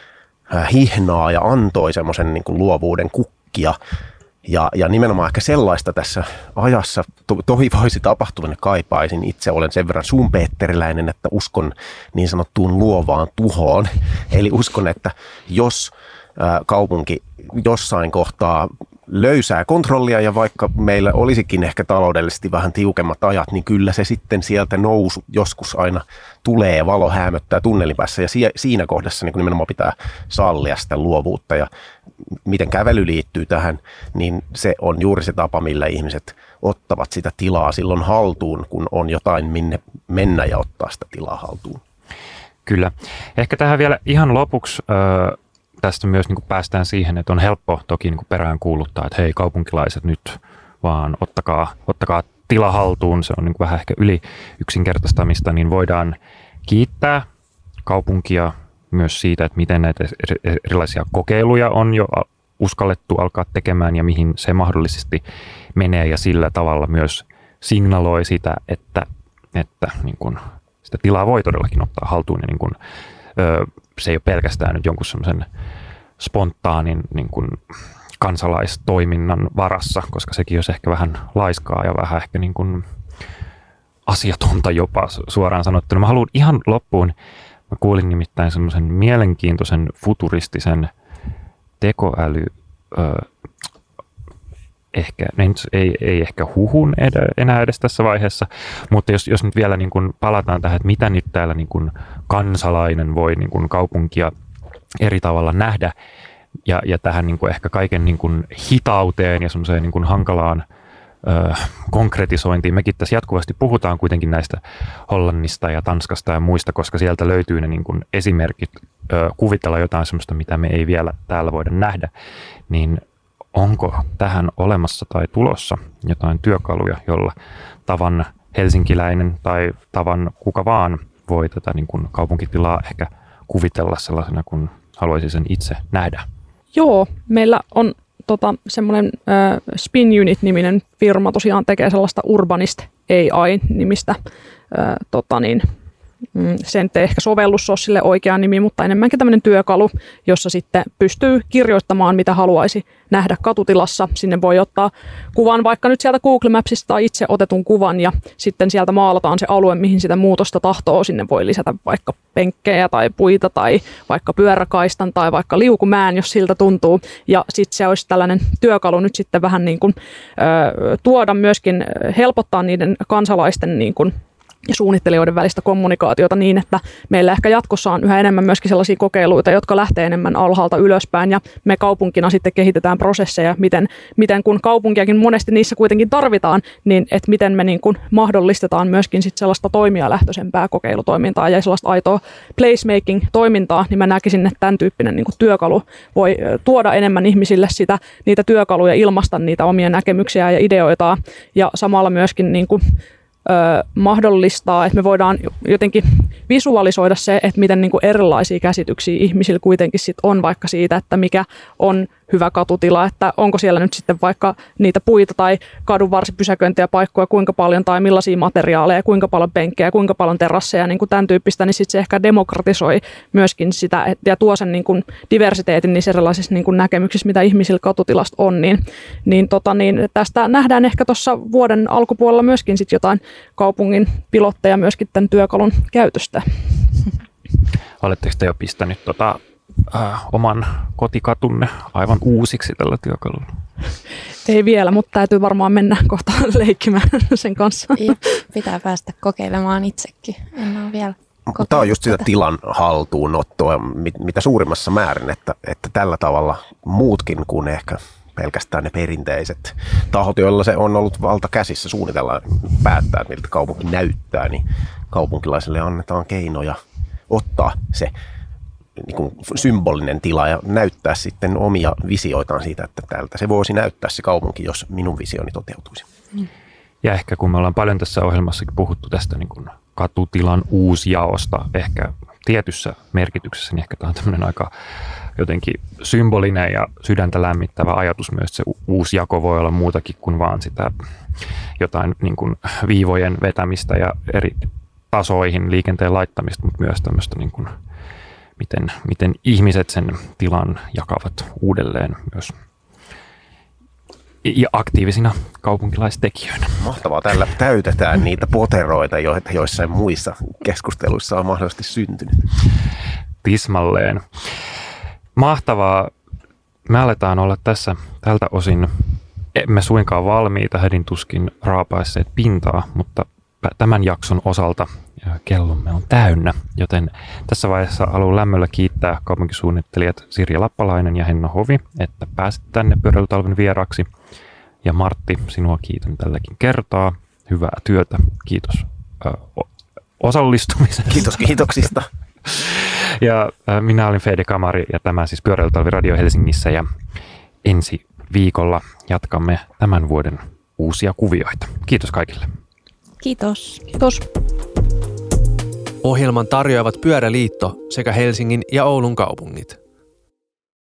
hihnaa ja antoi semmoisen niin kuin luovuuden kukkia. Ja, ja nimenomaan ehkä sellaista tässä ajassa to, toivoisi tapahtuvan ja kaipaisin. Itse olen sen verran suunpeetteriläinen, että uskon niin sanottuun luovaan tuhoon. Eli uskon, että jos ää, kaupunki jossain kohtaa löysää kontrollia ja vaikka meillä olisikin ehkä taloudellisesti vähän tiukemmat ajat, niin kyllä se sitten sieltä nousu joskus aina tulee, valo häämöttää tunnelin päässä, ja siinä kohdassa niin nimenomaan pitää sallia sitä luovuutta. Ja miten kävely liittyy tähän, niin se on juuri se tapa, millä ihmiset ottavat sitä tilaa silloin haltuun, kun on jotain minne mennä ja ottaa sitä tilaa haltuun. Kyllä. Ehkä tähän vielä ihan lopuksi äh, tästä myös niin kuin päästään siihen, että on helppo toki niin kuin perään kuuluttaa, että hei kaupunkilaiset nyt vaan ottakaa, ottakaa tila haltuun, se on niin kuin vähän ehkä yli yksinkertaistamista, niin voidaan kiittää kaupunkia myös siitä, että miten näitä erilaisia kokeiluja on jo uskallettu alkaa tekemään ja mihin se mahdollisesti menee, ja sillä tavalla myös signaloi sitä, että, että niin kuin sitä tilaa voi todellakin ottaa haltuun, ja niin kuin, ö, se ei ole pelkästään nyt jonkun semmoisen spontaanin niin kuin kansalaistoiminnan varassa, koska sekin olisi ehkä vähän laiskaa ja vähän ehkä niin kuin asiatonta jopa suoraan sanottuna. Mä haluan ihan loppuun, mä kuulin nimittäin semmoisen mielenkiintoisen futuristisen tekoäly, ö, ehkä, ei, ei ehkä huhun enää edes tässä vaiheessa, mutta jos, jos nyt vielä niin kuin palataan tähän, että mitä nyt täällä niin kuin kansalainen voi niin kuin kaupunkia eri tavalla nähdä, ja, ja tähän niin kuin ehkä kaiken niin kuin hitauteen ja semmoiseen niin kuin hankalaan ö, konkretisointiin. Mekin tässä jatkuvasti puhutaan kuitenkin näistä Hollannista ja Tanskasta ja muista, koska sieltä löytyy ne niin kuin esimerkit ö, kuvitella jotain sellaista, mitä me ei vielä täällä voida nähdä, niin onko tähän olemassa tai tulossa jotain työkaluja, jolla tavan helsinkiläinen tai tavan kuka vaan voi tätä niin kuin kaupunkitilaa ehkä kuvitella sellaisena, kun haluaisi sen itse nähdä? Joo, meillä on tota, semmoinen äh, Spin Unit-niminen firma tosiaan tekee sellaista Urbanist A I-nimistä äh, tota niin, sen ei ehkä sovellus ole sille oikea nimi, mutta enemmänkin tämmöinen työkalu, jossa sitten pystyy kirjoittamaan, mitä haluaisi nähdä katutilassa. Sinne voi ottaa kuvan vaikka nyt sieltä Google Mapsista tai itse otetun kuvan ja sitten sieltä maalataan se alue, mihin sitä muutosta tahtoo. Sinne voi lisätä vaikka penkkejä tai puita tai vaikka pyöräkaistan tai vaikka liukumään, jos siltä tuntuu. Ja sitten se olisi tällainen työkalu nyt sitten vähän niin kuin ö, tuoda myöskin, helpottaa niiden kansalaisten niin kuin ja suunnittelijoiden välistä kommunikaatiota niin, että meillä ehkä jatkossa on yhä enemmän myöskin sellaisia kokeiluita, jotka lähtee enemmän alhaalta ylöspäin ja me kaupunkina sitten kehitetään prosesseja, miten, miten kun kaupunkiakin monesti niissä kuitenkin tarvitaan, niin että miten me niin kuin mahdollistetaan myöskin sitten sellaista toimijalähtöisempää kokeilutoimintaa ja sellaista aitoa placemaking-toimintaa, niin mä näkisin, että tämän tyyppinen niin kuin työkalu voi tuoda enemmän ihmisille sitä, niitä työkaluja, ilmaista niitä omia näkemyksiä ja ideoita ja samalla myöskin niin kuin Ö, mahdollistaa, että me voidaan jotenkin visualisoida se, että miten niin kuin erilaisia käsityksiä ihmisillä kuitenkin sit on vaikka siitä, että mikä on hyvä katutila, että onko siellä nyt sitten vaikka niitä puita tai kadunvarsipysäköintiä paikkoja kuinka paljon tai millaisia materiaaleja, kuinka paljon penkkejä, kuinka paljon terasseja, niin kuin tämän tyyppistä, niin sitten se ehkä demokratisoi myöskin sitä ja tuo sen niin kuin diversiteetin niissä erilaisissa niin kuin näkemyksissä, mitä ihmisillä katutilasta on, niin, niin, tota, niin tästä nähdään ehkä tuossa vuoden alkupuolella myöskin sit jotain kaupungin pilotteja myöskin tämän työkalun käytöstä. Oletteko te jo pistänyt tota, äh, oman kotikatunne aivan uusiksi tällä työkalulla? Ei vielä, mutta täytyy varmaan mennä kohta leikkimään sen kanssa. Ja pitää päästä kokeilemaan itsekin. En ole vielä kokeillut. Tämä on just sitä tilan haltuunottoa, mitä suurimmassa määrin, että, että tällä tavalla muutkin kuin ehkä pelkästään ne perinteiset tahot, joilla se on ollut valta käsissä suunnitella päättää, että miltä kaupunki näyttää, niin kaupunkilaisille annetaan keinoja ottaa se niin kuin symbolinen tila ja näyttää sitten omia visioitaan siitä, että tältä se voisi näyttää se kaupunki, jos minun visioni toteutuisi. Ja ehkä kun me ollaan paljon tässä ohjelmassakin puhuttu tästä niin kuin katutilan uusjaosta, ehkä tietyssä merkityksessä, niin ehkä tämä on tämmöinen aika jotenkin symbolinen ja sydäntä lämmittävä ajatus myös, että se uusi jako voi olla muutakin kuin vaan sitä jotain niin kuin viivojen vetämistä ja eri tasoihin liikenteen laittamista, mutta myös tämmöistä niin kuin miten, miten ihmiset sen tilan jakavat uudelleen myös ja aktiivisina kaupunkilaistekijöinä. Mahtavaa. Tällä täytetään niitä poteroita, joita joissain muissa keskusteluissa on mahdollisesti syntynyt. Tismalleen. Mahtavaa. Me aletaan olla tässä tältä osin, emme suinkaan valmiita, hädin tuskin raapaisseet pintaa, mutta tämän jakson osalta kellomme on täynnä, joten tässä vaiheessa haluan lämmöllä kiittää kaupunkisuunnittelijat Sirja Lappalainen ja Henna Hovi, että pääsit tänne Pyöräilytalven vieraaksi. Ja Martti, sinua kiitän tälläkin kertaa. Hyvää työtä. Kiitos ö, osallistumisesta. Kiitos kiitoksista. Ja ö, minä olin Fede Kamari ja tämä siis Pyöräilytalvi Radio Helsingissä ja ensi viikolla jatkamme tämän vuoden uusia kuvioita. Kiitos kaikille. Kiitos. Kiitos. Ohjelman tarjoavat Pyöräliitto sekä Helsingin ja Oulun kaupungit.